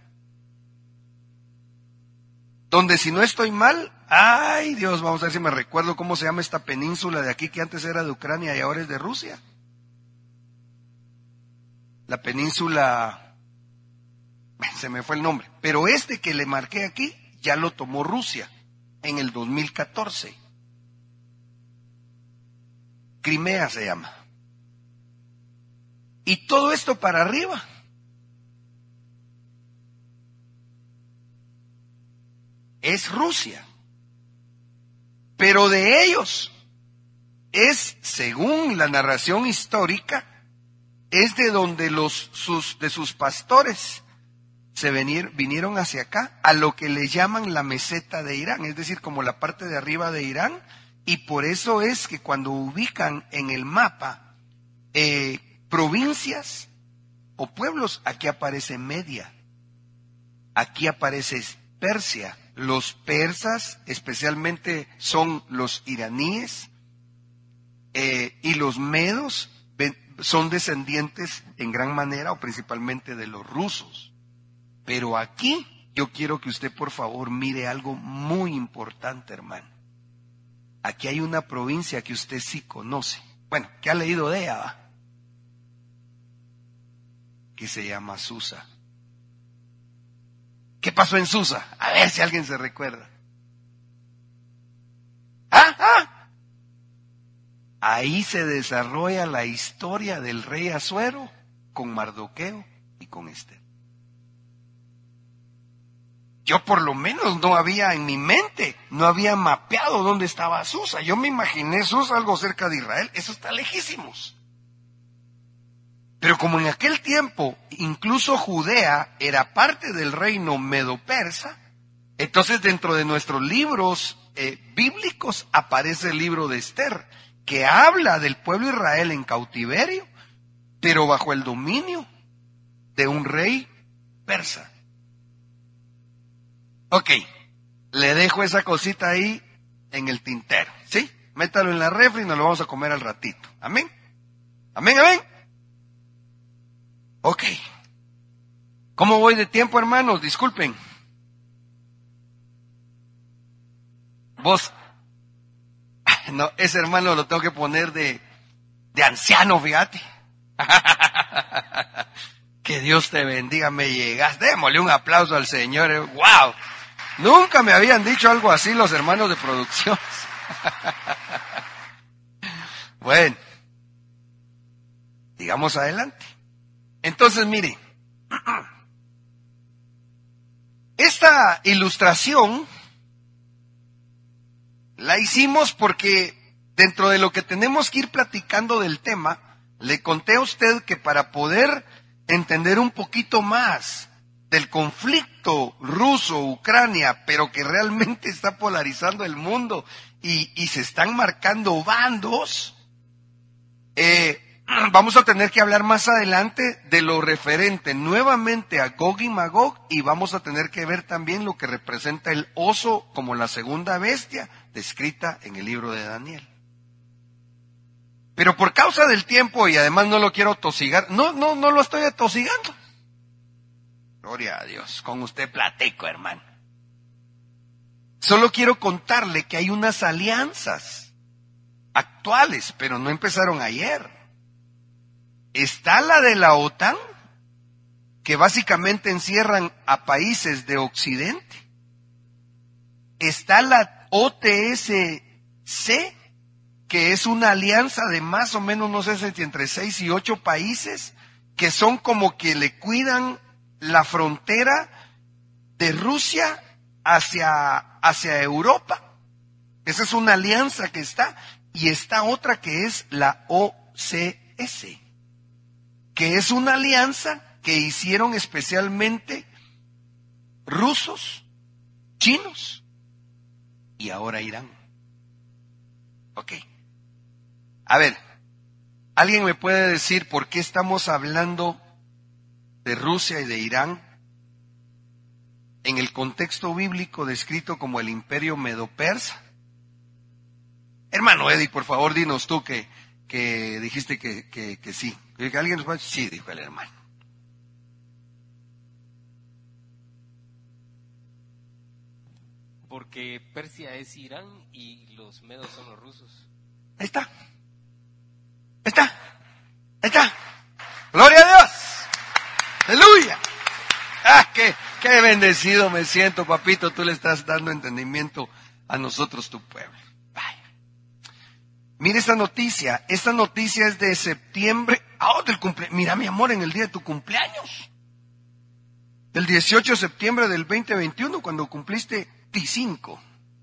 Donde, si no estoy mal, ay Dios, vamos a ver si me recuerdo cómo se llama esta península de aquí que antes era de Ucrania y ahora es de Rusia. La península, se me fue el nombre, pero este que le marqué aquí ya lo tomó Rusia en el dos mil catorce. Crimea se llama. Y todo esto para arriba. Es Rusia. Pero de ellos es, según la narración histórica, es de donde los sus de sus pastores se venir, vinieron hacia acá, a lo que le llaman la meseta de Irán, es decir, como la parte de arriba de Irán, y por eso es que cuando ubican en el mapa eh, provincias o pueblos, aquí aparece Media, aquí aparece Persia. Los persas especialmente son los iraníes, eh, y los medos ven, son descendientes en gran manera o principalmente de los rusos. Pero aquí yo quiero que usted por favor mire algo muy importante, hermano. Aquí hay una provincia que usted sí conoce, bueno, que ha leído de ella, ¿va? Que se llama Susa. ¿Qué pasó en Susa? A ver si alguien se recuerda. ¿Ah? ¿Ah? Ahí se desarrolla la historia del rey Asuero con Mardoqueo y con Esther. Yo por lo menos no había en mi mente, no había mapeado dónde estaba Susa. Yo me imaginé Susa algo cerca de Israel. Eso está lejísimos. Pero como en aquel tiempo incluso Judea era parte del reino medo-persa, entonces dentro de nuestros libros eh, bíblicos aparece el libro de Esther, que habla del pueblo de Israel en cautiverio, pero bajo el dominio de un rey persa. Ok, le dejo esa cosita ahí en el tintero, ¿sí? Métalo en la refri y nos lo vamos a comer al ratito. Amén. Amén, amén. Ok. ¿Cómo voy de tiempo, hermanos? Disculpen. Vos, no, ese hermano lo tengo que poner de, de anciano, fíjate. Que Dios te bendiga, me llegas. Démosle un aplauso al Señor. ¡Wow! Nunca me habían dicho algo así los hermanos de producción. Bueno, digamos adelante. Entonces, mire, esta ilustración la hicimos porque dentro de lo que tenemos que ir platicando del tema, le conté a usted que para poder entender un poquito más del conflicto ruso-Ucrania, pero que realmente está polarizando el mundo y, y se están marcando bandos, eh, vamos a tener que hablar más adelante de lo referente nuevamente a Gog y Magog, y vamos a tener que ver también lo que representa el oso como la segunda bestia descrita en el libro de Daniel. Pero por causa del tiempo, y además no lo quiero tosigar, no, no, no lo estoy atosigando. Gloria a Dios, con usted platico, hermano. Solo quiero contarle que hay unas alianzas actuales, pero no empezaron ayer. Está la de la OTAN, que básicamente encierran a países de Occidente. Está la O T S C, que es una alianza de más o menos, no sé si entre seis y ocho países, que son como que le cuidan la frontera de Rusia hacia, hacia Europa. Esa es una alianza que está. Y está otra que es la O C S, que es una alianza que hicieron especialmente rusos, chinos y ahora Irán. Ok. A ver, ¿alguien me puede decir por qué estamos hablando de Rusia y de Irán en el contexto bíblico descrito como el imperio medo-persa? Hermano Eddie, por favor, dinos tú que, que dijiste que, que, que sí. ¿Alguien nos puede decir? Sí, dijo el hermano. Porque Persia es Irán y los medos son los rusos. Ahí está. Ahí está. Ahí está. ¡Gloria a Dios! ¡Aleluya! ¡Ah, qué, qué bendecido me siento, papito! Tú le estás dando entendimiento a nosotros, tu pueblo. Vaya. Mire esta noticia. Esta noticia es de septiembre. ¡Ah, del cumpleaños! Mira, mi amor, en el día de tu cumpleaños. Del dieciocho de septiembre del veinte veintiuno, cuando cumpliste T cinco.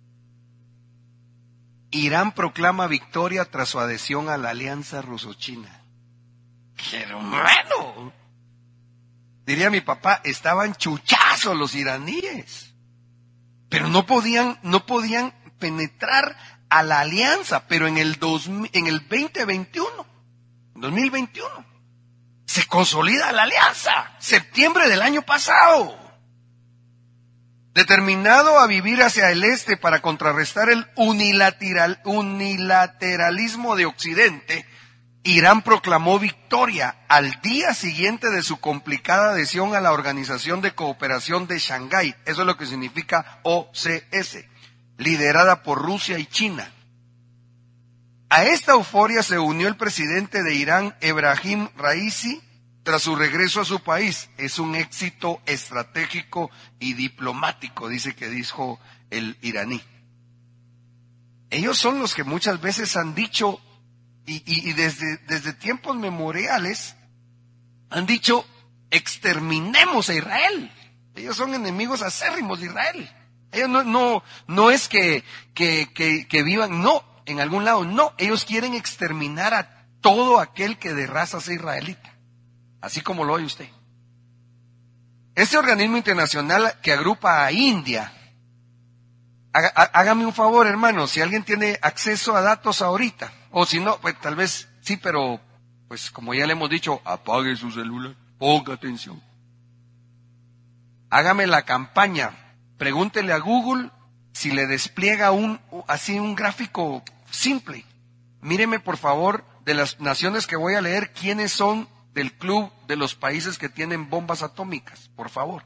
Irán proclama victoria tras su adhesión a la alianza ruso-china. ¡Qué hermano! Diría mi papá, estaban chuchazos los iraníes. Pero no podían, no podían penetrar a la alianza. Pero en el, dos, en el veinte veintiuno, dos mil veintiuno, se consolida la alianza. Septiembre del año pasado. Determinado a vivir hacia el este para contrarrestar el unilateral, unilateralismo de Occidente, Irán proclamó victoria al día siguiente de su complicada adhesión a la Organización de Cooperación de Shanghái. Eso es lo que significa O C S, liderada por Rusia y China. A esta euforia se unió el presidente de Irán, Ebrahim Raisi, tras su regreso a su país. Es un éxito estratégico y diplomático, dice que dijo el iraní. Ellos son los que muchas veces han dicho, y, y, y desde, desde tiempos memoriales, han dicho, exterminemos a Israel. Ellos son enemigos acérrimos de Israel. Ellos no, no, no es que, que, que, que vivan, no, en algún lado, no. Ellos quieren exterminar a todo aquel que de raza sea israelita. Así como lo oye usted. Este organismo internacional que agrupa a India, haga, hágame un favor, hermano, si alguien tiene acceso a datos ahorita, o si no, pues tal vez sí, pero pues como ya le hemos dicho, apague su celular, ponga atención. Hágame la campaña, pregúntele a Google si le despliega un así un gráfico simple. Míreme por favor de las naciones que voy a leer, quiénes son del club de los países que tienen bombas atómicas, por favor.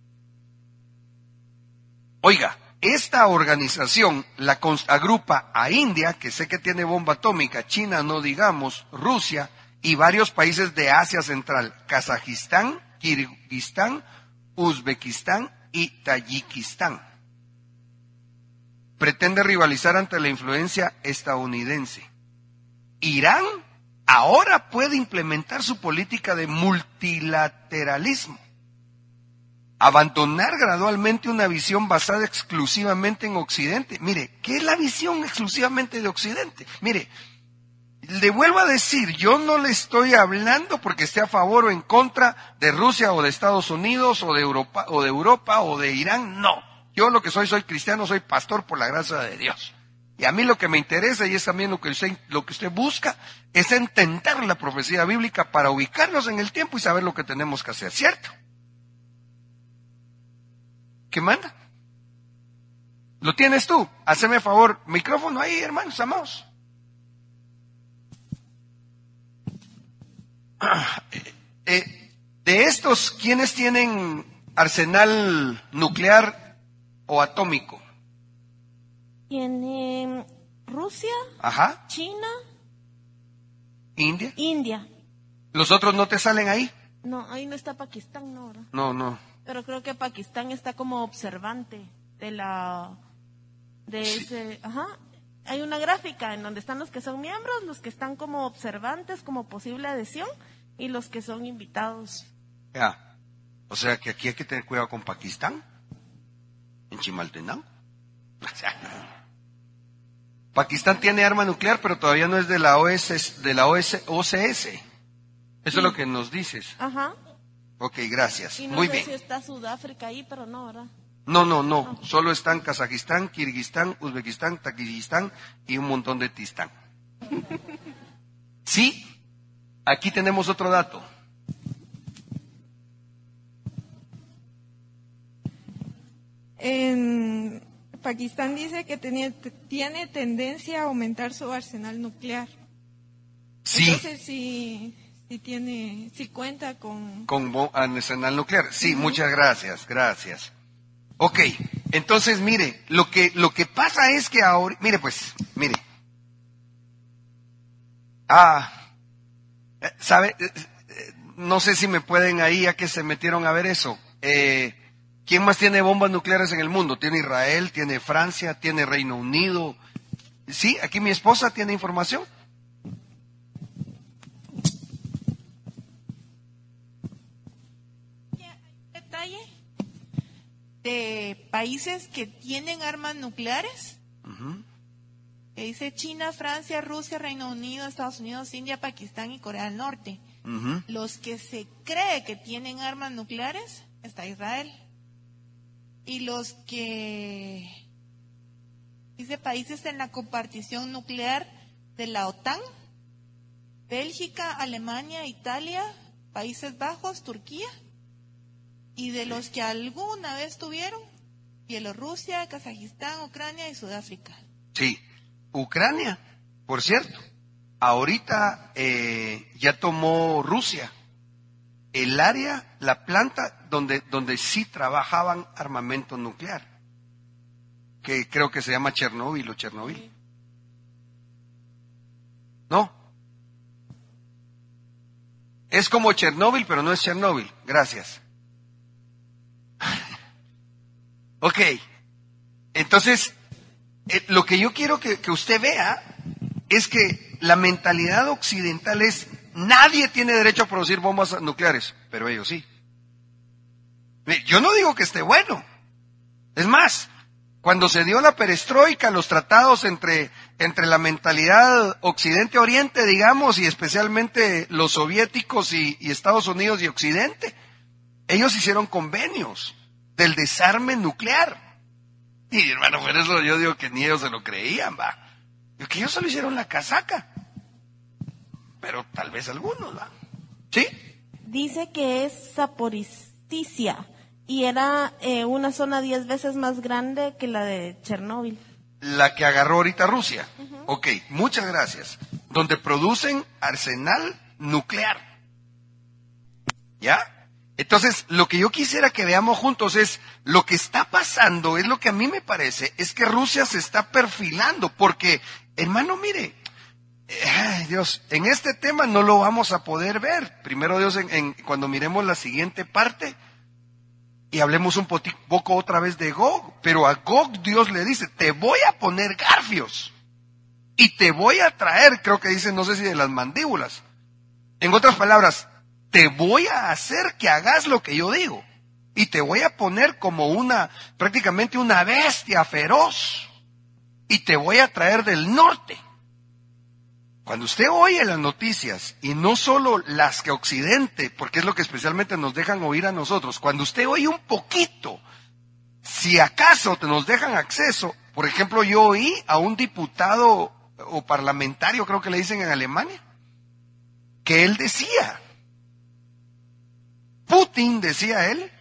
Oiga, esta organización la agrupa a India, que sé que tiene bomba atómica, China no digamos, Rusia y varios países de Asia Central, Kazajistán, Kirguistán, Uzbekistán y Tayikistán. Pretende rivalizar ante la influencia estadounidense. Irán ahora puede implementar su política de multilateralismo, abandonar gradualmente una visión basada exclusivamente en Occidente. Mire, ¿qué es la visión exclusivamente de Occidente? Mire, le vuelvo a decir, yo no le estoy hablando porque esté a favor o en contra de Rusia o de Estados Unidos o de Europa o de Europa o de Irán, no. Yo lo que soy, soy cristiano, soy pastor por la gracia de Dios. Y a mí lo que me interesa, y es también lo que usted, lo que usted busca, es entender la profecía bíblica para ubicarnos en el tiempo y saber lo que tenemos que hacer, ¿cierto? ¿Qué manda? ¿Lo tienes tú? Haceme favor, micrófono ahí, hermanos amados. Eh, de estos, ¿quiénes tienen arsenal nuclear o atómico? Tiene Rusia, Ajá. China, India. India. ¿Los otros no te salen ahí? No, ahí no está Pakistán, no, ¿verdad? No, no. Pero creo que Pakistán está como observante de la, de Sí. ese, ajá. Hay una gráfica en donde están los que son miembros, los que están como observantes, como posible adhesión, y los que son invitados. Ya. O sea que aquí hay que tener cuidado con Pakistán, en Chimaltenango. O sea, Pakistán tiene arma nuclear, pero todavía no es de la O S, de la O S, O C S. Eso sí. Es lo que nos dices. Ajá. Ok, gracias. Y no Muy sé bien. si está Sudáfrica ahí, pero no, ¿verdad? No, no, no. Solo están Kazajistán, Kirguistán, Uzbekistán, Tayikistán y un montón de Tistán. Sí, aquí tenemos otro dato. En Pakistán dice que tenía, tiene tendencia a aumentar su arsenal nuclear. Sí. Entonces, si, si tiene, si cuenta con... Con bo- arsenal nuclear. Sí, uh-huh. Muchas gracias, gracias. Ok, entonces mire, lo que, lo que pasa es que ahora, mire pues, mire. Ah, ¿sabe? No sé si me pueden ahí, ya que se metieron a ver eso. Eh, ¿Quién más tiene bombas nucleares en el mundo? Tiene Israel, tiene Francia, tiene Reino Unido. Sí, aquí mi esposa tiene información. Detalle de países que tienen armas nucleares. Uh-huh. Que dice China, Francia, Rusia, Reino Unido, Estados Unidos, India, Pakistán y Corea del Norte. Uh-huh. Los que se cree que tienen armas nucleares está Israel. Y los que dice países en la compartición nuclear de la OTAN, Bélgica, Alemania, Italia, Países Bajos, Turquía, y de los que alguna vez tuvieron, Bielorrusia, Kazajistán, Ucrania y Sudáfrica. Sí, Ucrania, por cierto, ahorita eh, ya tomó Rusia el área, la planta donde, donde sí trabajaban armamento nuclear, que creo que se llama Chernóbil o Chernobyl. No. Es como Chernóbil, pero no es Chernóbil. Gracias. Ok. Entonces, eh, lo que yo quiero que, que usted vea es que la mentalidad occidental es: nadie tiene derecho a producir bombas nucleares, pero ellos sí. Yo no digo que esté bueno. Es más, cuando se dio la perestroika, los tratados entre, entre la mentalidad occidente-oriente, digamos, y especialmente los soviéticos y, y Estados Unidos y Occidente, ellos hicieron convenios del desarme nuclear. Y hermano, por eso yo digo que ni ellos se lo creían, va. Yo, que ellos solo hicieron la casaca. Pero tal vez algunos, ¿va? ¿Sí? Dice que es Zaporizhzhia y era eh, una zona diez veces más grande que la de Chernóbil. La que agarró ahorita Rusia. Uh-huh. Ok, muchas gracias. Donde producen arsenal nuclear. ¿Ya? Entonces, lo que yo quisiera que veamos juntos es, lo que está pasando, es lo que a mí me parece, es que Rusia se está perfilando, porque, hermano, mire, ay, Dios, en este tema no lo vamos a poder ver. Primero Dios, en, en, cuando miremos la siguiente parte y hablemos un poti, poco otra vez de Gog, pero a Gog Dios le dice: te voy a poner garfios y te voy a traer, creo que dice, no sé si de las mandíbulas. En otras palabras, te voy a hacer que hagas lo que yo digo y te voy a poner como una, prácticamente una bestia feroz, y te voy a traer del norte. Cuando usted oye las noticias, y no solo las que Occidente, porque es lo que especialmente nos dejan oír a nosotros, cuando usted oye un poquito, si acaso te nos dejan acceso, por ejemplo, yo oí a un diputado o parlamentario, creo que le dicen en Alemania, que él decía, Putin, decía él,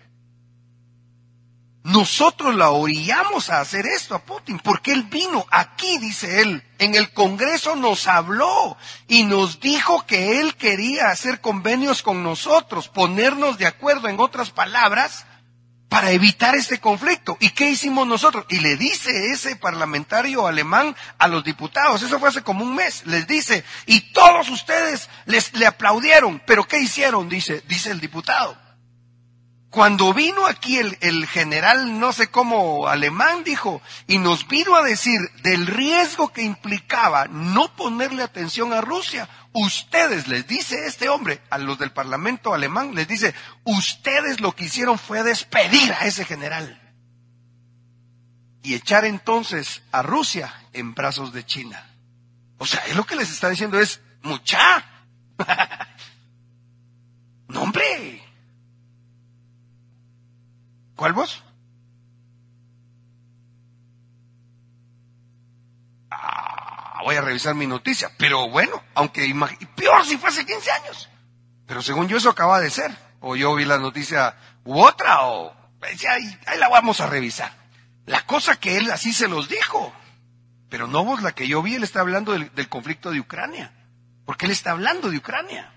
nosotros la orillamos a hacer esto a Putin, porque él vino aquí, dice él, en el Congreso nos habló y nos dijo que él quería hacer convenios con nosotros, ponernos de acuerdo, en otras palabras, para evitar este conflicto. ¿Y qué hicimos nosotros? Y le dice ese parlamentario alemán a los diputados, eso fue hace como un mes, les dice, y todos ustedes les le aplaudieron, pero ¿qué hicieron? Dice, dice el diputado. Cuando vino aquí el, el general, no sé cómo, alemán, dijo, y nos vino a decir del riesgo que implicaba no ponerle atención a Rusia, ustedes, les dice este hombre, a los del parlamento alemán, les dice, ustedes lo que hicieron fue despedir a ese general y echar entonces a Rusia en brazos de China. O sea, es lo que les está diciendo es, mucha. No, hombre. ¿Cuál voz? Ah, voy a revisar mi noticia. Pero bueno, aunque imag- peor si fue hace quince años. Pero según yo eso acaba de ser. O yo vi la noticia u otra, o decía, ahí, ahí la vamos a revisar. La cosa que él así se los dijo. Pero no vos la que yo vi, él está hablando del, del conflicto de Ucrania. Porque él está hablando de Ucrania.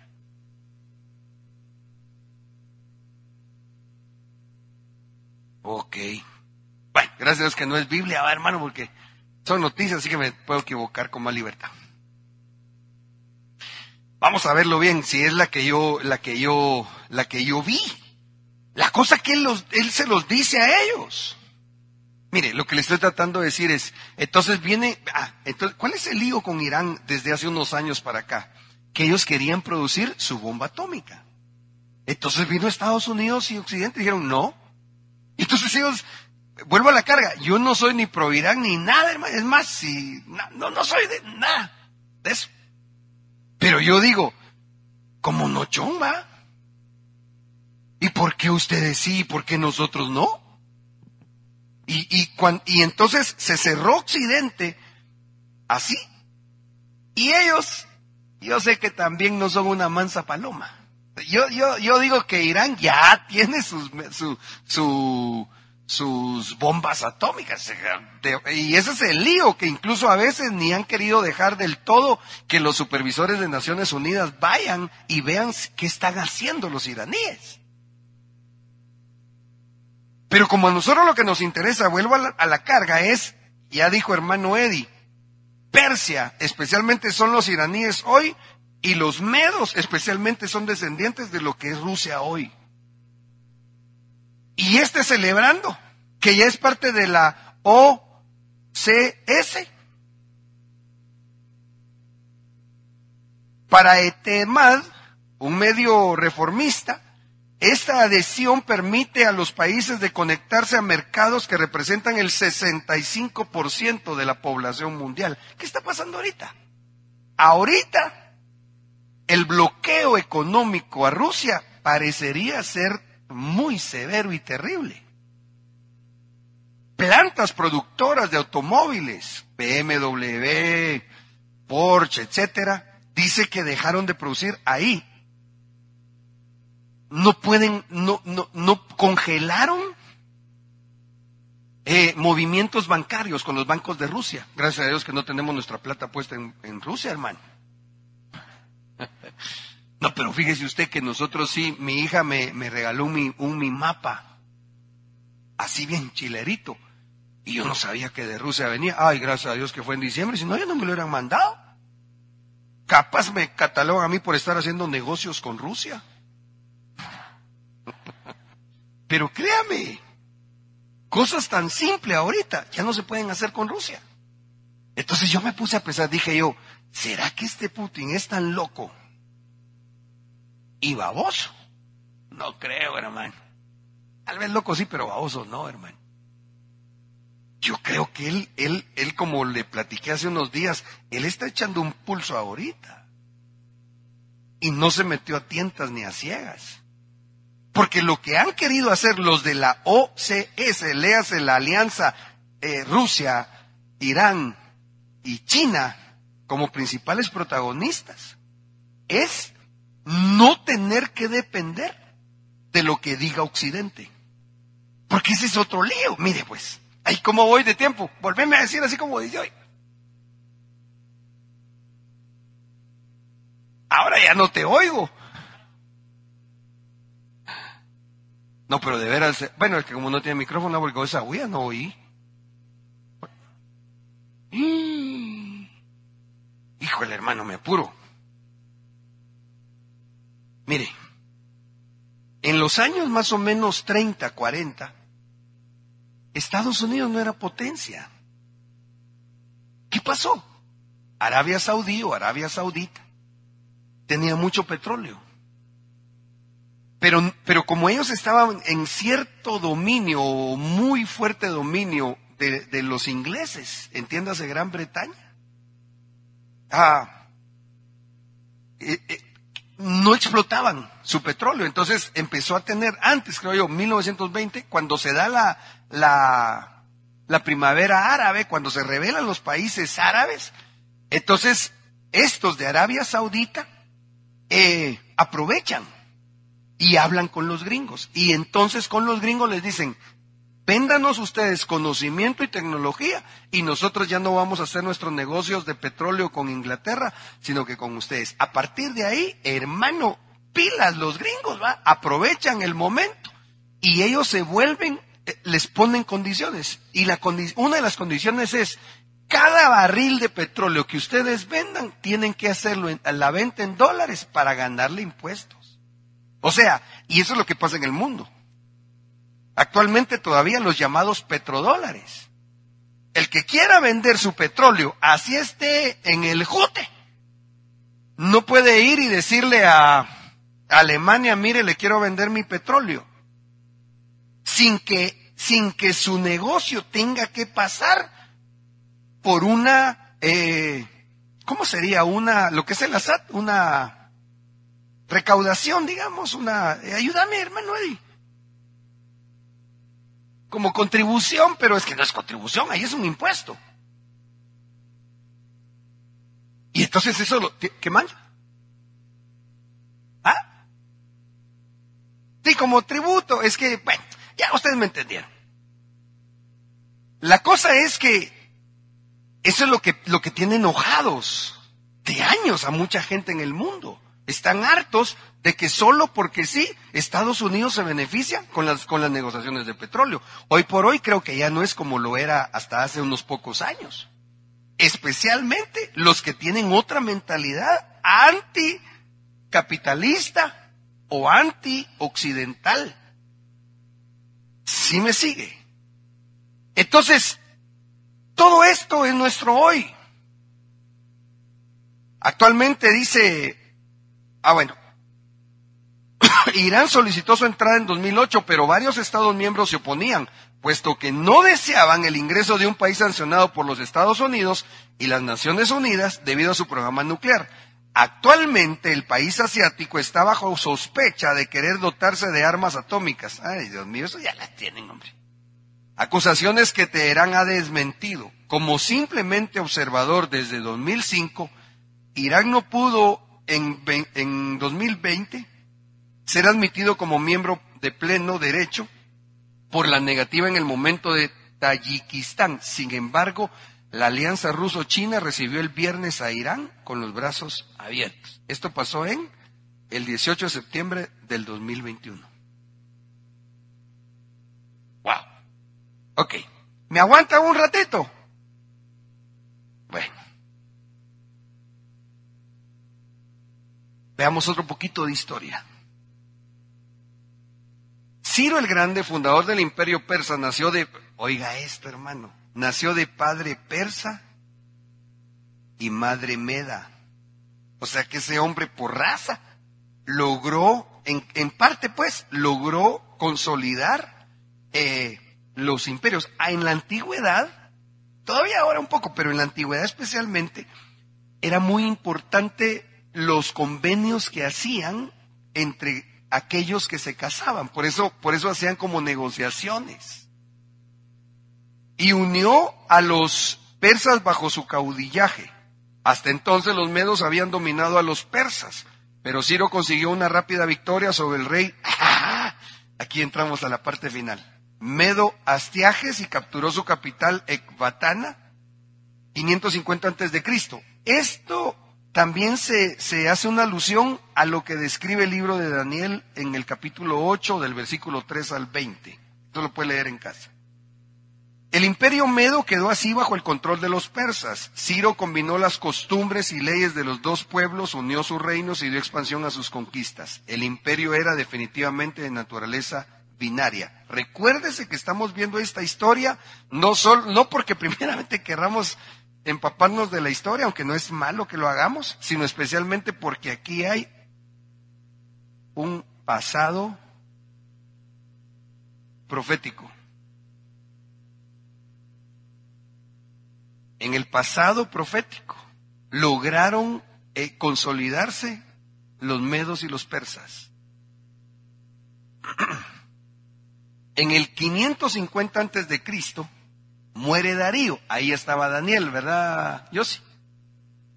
Ok. Bueno, gracias a Dios que no es Biblia, va, hermano, porque son noticias, así que me puedo equivocar con más libertad. Vamos a verlo bien, si es la que yo, la que yo, la que yo vi. La cosa que él, los, él se los dice a ellos. Mire, lo que le estoy tratando de decir es, entonces viene, ah, entonces, ¿cuál es el lío con Irán desde hace unos años para acá? Que ellos querían producir su bomba atómica. Entonces vino Estados Unidos y Occidente y dijeron, no. Entonces ellos, vuelvo a la carga, yo no soy ni pro Irán ni nada, hermano. Es más, si, no, no soy de nada de eso. Pero yo digo, ¿cómo no chomba? ¿Y por qué ustedes sí y por qué nosotros no? Y, y, cuan, y entonces se cerró Occidente así. Y ellos, yo sé que también no son una mansa paloma. Yo, yo, yo digo que Irán ya tiene sus, su, su, sus bombas atómicas. Y ese es el lío, que incluso a veces ni han querido dejar del todo que los supervisores de Naciones Unidas vayan y vean qué están haciendo los iraníes. Pero como a nosotros lo que nos interesa, vuelvo a la, a la carga, es, ya dijo hermano Eddie, Persia, especialmente son los iraníes hoy, y los medos, especialmente, son descendientes de lo que es Rusia hoy. Y este celebrando, que ya es parte de la O C S. Para Etemad, un medio reformista, esta adhesión permite a los países de conectarse a mercados que representan el sesenta y cinco por ciento de la población mundial. ¿Qué está pasando ahorita? Ahorita, el bloqueo económico a Rusia parecería ser muy severo y terrible. Plantas productoras de automóviles, B M W, Porsche, etcétera, dice que dejaron de producir ahí. No pueden, no, no, no congelaron eh, movimientos bancarios con los bancos de Rusia. Gracias a Dios que no tenemos nuestra plata puesta en, en Rusia, hermano. No, pero fíjese usted que nosotros sí, mi hija me, me regaló un, mi, un mi mapa, así bien chilerito, y yo no sabía que de Rusia venía. Ay, gracias a Dios que fue en diciembre, si no, ya no me lo hubieran mandado. Capaz me catalogan a mí por estar haciendo negocios con Rusia. Pero créame, cosas tan simples ahorita ya no se pueden hacer con Rusia. Entonces yo me puse a pensar, dije yo, ¿será que este Putin es tan loco y baboso? No creo, hermano. Tal vez loco sí, pero baboso no, hermano. Yo creo que él, él, él, como le platiqué hace unos días, él está echando un pulso ahorita. Y no se metió a tientas ni a ciegas. Porque lo que han querido hacer los de la O C S, léase la alianza eh, Rusia, Irán y China como principales protagonistas, es no tener que depender de lo que diga Occidente. Porque ese es otro lío. Mire pues, ahí como voy de tiempo, volveme a decir así como dice hoy. Ahora ya no te oigo. No, pero de veras, bueno, es que como no tiene micrófono, porque con esa huella no oí. Híjole, hermano, me apuro. Mire, en los años más o menos treinta, cuarenta, Estados Unidos no era potencia. ¿Qué pasó? Arabia Saudí o Arabia Saudita tenía mucho petróleo. Pero, pero como ellos estaban en cierto dominio, muy fuerte dominio de, de los ingleses, entiéndase Gran Bretaña, ah, eh, eh, no explotaban su petróleo. Entonces empezó a tener, antes creo yo, mil novecientos veinte, cuando se da la, la, la primavera árabe, cuando se rebelan los países árabes, Entonces, estos de Arabia Saudita eh, aprovechan y hablan con los gringos. Y entonces con los gringos les dicen, véndanos ustedes conocimiento y tecnología y nosotros ya no vamos a hacer nuestros negocios de petróleo con Inglaterra, sino que con ustedes. A partir de ahí, hermano, pilas los gringos, ¿va? Aprovechan el momento y ellos se vuelven, eh, les ponen condiciones. Y la condi- una de las condiciones es, cada barril de petróleo que ustedes vendan, tienen que hacerlo en la venta en dólares para ganarle impuestos. O sea, y eso es lo que pasa en el mundo. Actualmente todavía los llamados petrodólares. El que quiera vender su petróleo, así esté en el jute, no puede ir y decirle a Alemania, mire, le quiero vender mi petróleo, sin que, sin que su negocio tenga que pasar por una, eh, ¿cómo sería? Una, lo que es el A S A T, una recaudación, digamos, una, eh, ayúdame, hermano Eddie. Como contribución, pero es que no es contribución, ahí es un impuesto. Y entonces eso, lo, ¿qué mancha? ¿Ah? Sí, como tributo, es que, bueno, ya ustedes me entendieron. La cosa es que eso es lo que, lo que tiene enojados de años a mucha gente en el mundo. Están hartos de que solo porque sí, Estados Unidos se beneficia con las, con las negociaciones de petróleo. Hoy por hoy creo que ya no es como lo era hasta hace unos pocos años. Especialmente los que tienen otra mentalidad anticapitalista o antioccidental. ¿Sí me sigue? Entonces, todo esto es nuestro hoy. Actualmente dice, ah bueno, Irán solicitó su entrada en dos mil ocho, pero varios Estados miembros se oponían, puesto que no deseaban el ingreso de un país sancionado por los Estados Unidos y las Naciones Unidas debido a su programa nuclear. Actualmente el país asiático está bajo sospecha de querer dotarse de armas atómicas. Ay, Dios mío, eso ya las tienen, hombre. Acusaciones que Teherán ha desmentido. Como simplemente observador desde dos mil cinco, Irán no pudo en, en dos mil veinte ser admitido como miembro de pleno derecho por la negativa en el momento de Tayikistán. Sin embargo, la alianza ruso-china recibió el viernes a Irán con los brazos abiertos. Esto pasó en el dieciocho de septiembre del dos mil veintiuno. ¡Wow! Ok, ¿me aguanta un ratito? Bueno. Veamos otro poquito de historia. Ciro el Grande, fundador del Imperio Persa, nació de, oiga esto hermano, nació de padre persa y madre meda. O sea que ese hombre por raza logró, en, en parte pues, logró consolidar eh, los imperios. Ah, en la antigüedad, todavía ahora un poco, pero en la antigüedad especialmente, era muy importante los convenios que hacían entre aquellos que se casaban. Por eso, por eso hacían como negociaciones. Y unió a los persas bajo su caudillaje. Hasta entonces los medos habían dominado a los persas, pero Ciro consiguió una rápida victoria sobre el rey. ¡Ah! Aquí entramos a la parte final. Medo Astiages, y capturó su capital Ecbatana, quinientos cincuenta antes de Cristo. Esto también se, se hace una alusión a lo que describe el libro de Daniel en el capítulo ocho, del versículo tres al veinte. Esto lo puede leer en casa. El imperio medo quedó así bajo el control de los persas. Ciro combinó las costumbres y leyes de los dos pueblos, unió sus reinos y dio expansión a sus conquistas. El imperio era definitivamente de naturaleza binaria. Recuérdese que estamos viendo esta historia no solo, no porque primeramente querramos empaparnos de la historia, aunque no es malo que lo hagamos, sino especialmente porque aquí hay un pasado profético. En el pasado profético lograron eh, consolidarse los medos y los persas. En el quinientos cincuenta antes de Cristo muere Darío. Ahí estaba Daniel, ¿verdad, Yossi?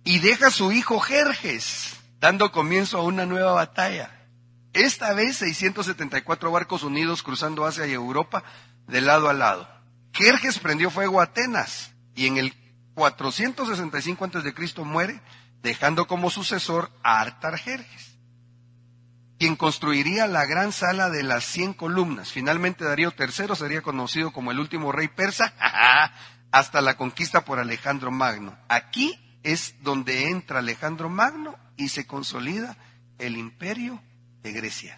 y deja a su hijo Jerjes, dando comienzo a una nueva batalla. Esta vez seiscientos setenta y cuatro barcos unidos cruzando Asia y Europa de lado a lado. Jerjes prendió fuego a Atenas y en el cuatrocientos sesenta y cinco antes de Cristo muere, dejando como sucesor a Artajerjes, quien construiría la gran sala de las cien columnas. Finalmente Darío tercero sería conocido como el último rey persa hasta la conquista por Alejandro Magno. Aquí es donde entra Alejandro Magno y se consolida el imperio de Grecia.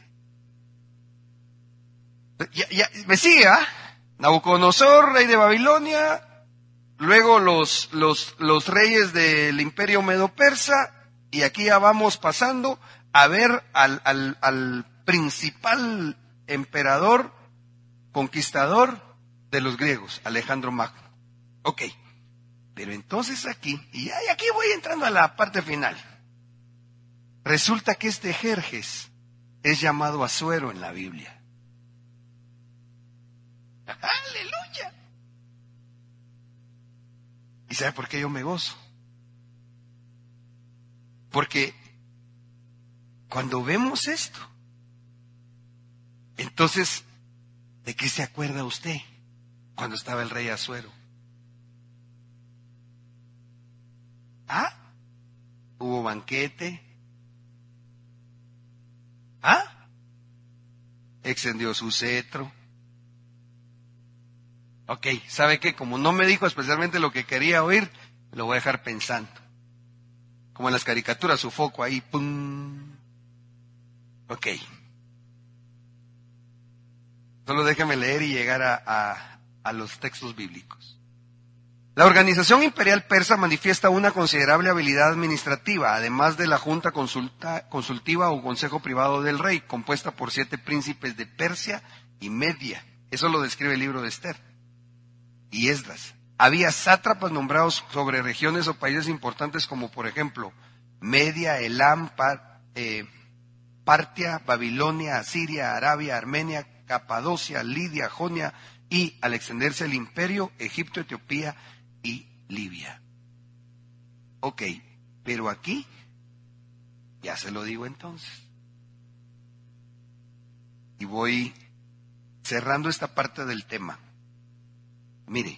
Ya, ya, ¿me sigue? ¿Ah? Nabucodonosor, rey de Babilonia, luego los, los, los reyes del imperio medo-persa, y aquí ya vamos pasando a ver al, al, al principal emperador, conquistador de los griegos, Alejandro Magno. Ok, pero entonces aquí, y aquí voy entrando a la parte final. Resulta que este Jerjes es llamado Asuero en la Biblia. ¡Aleluya! ¿Y sabe por qué yo me gozo? Porque cuando vemos esto, entonces, ¿de qué se acuerda usted cuando estaba el rey Asuero? ¿Ah? ¿Hubo banquete? ¿Ah? Extendió su cetro. Ok, ¿sabe qué? Como no me dijo especialmente lo que quería oír, lo voy a dejar pensando. Como en las caricaturas, su foco ahí, ¡pum! Ok. Solo déjame leer y llegar a, a, a los textos bíblicos. La organización imperial persa manifiesta una considerable habilidad administrativa, además de la junta consulta, consultiva o consejo privado del rey, compuesta por siete príncipes de Persia y Media. Eso lo describe el libro de Esther y Esdras. Había sátrapas nombrados sobre regiones o países importantes como, por ejemplo, Media, Elam, Par, eh, Partia, Babilonia, Asiria, Arabia, Armenia, Capadocia, Lidia, Jonia y, al extenderse el imperio, Egipto, Etiopía y Libia. Ok, pero aquí, ya se lo digo entonces. Y voy cerrando esta parte del tema. Mire.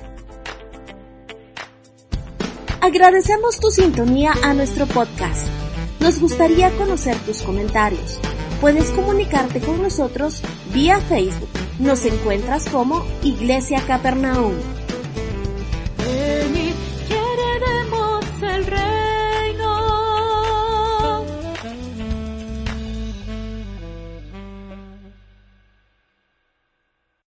Agradecemos tu sintonía a nuestro podcast. Nos gustaría conocer tus comentarios. Puedes comunicarte con nosotros vía Facebook. Nos encuentras como Iglesia Capernaum.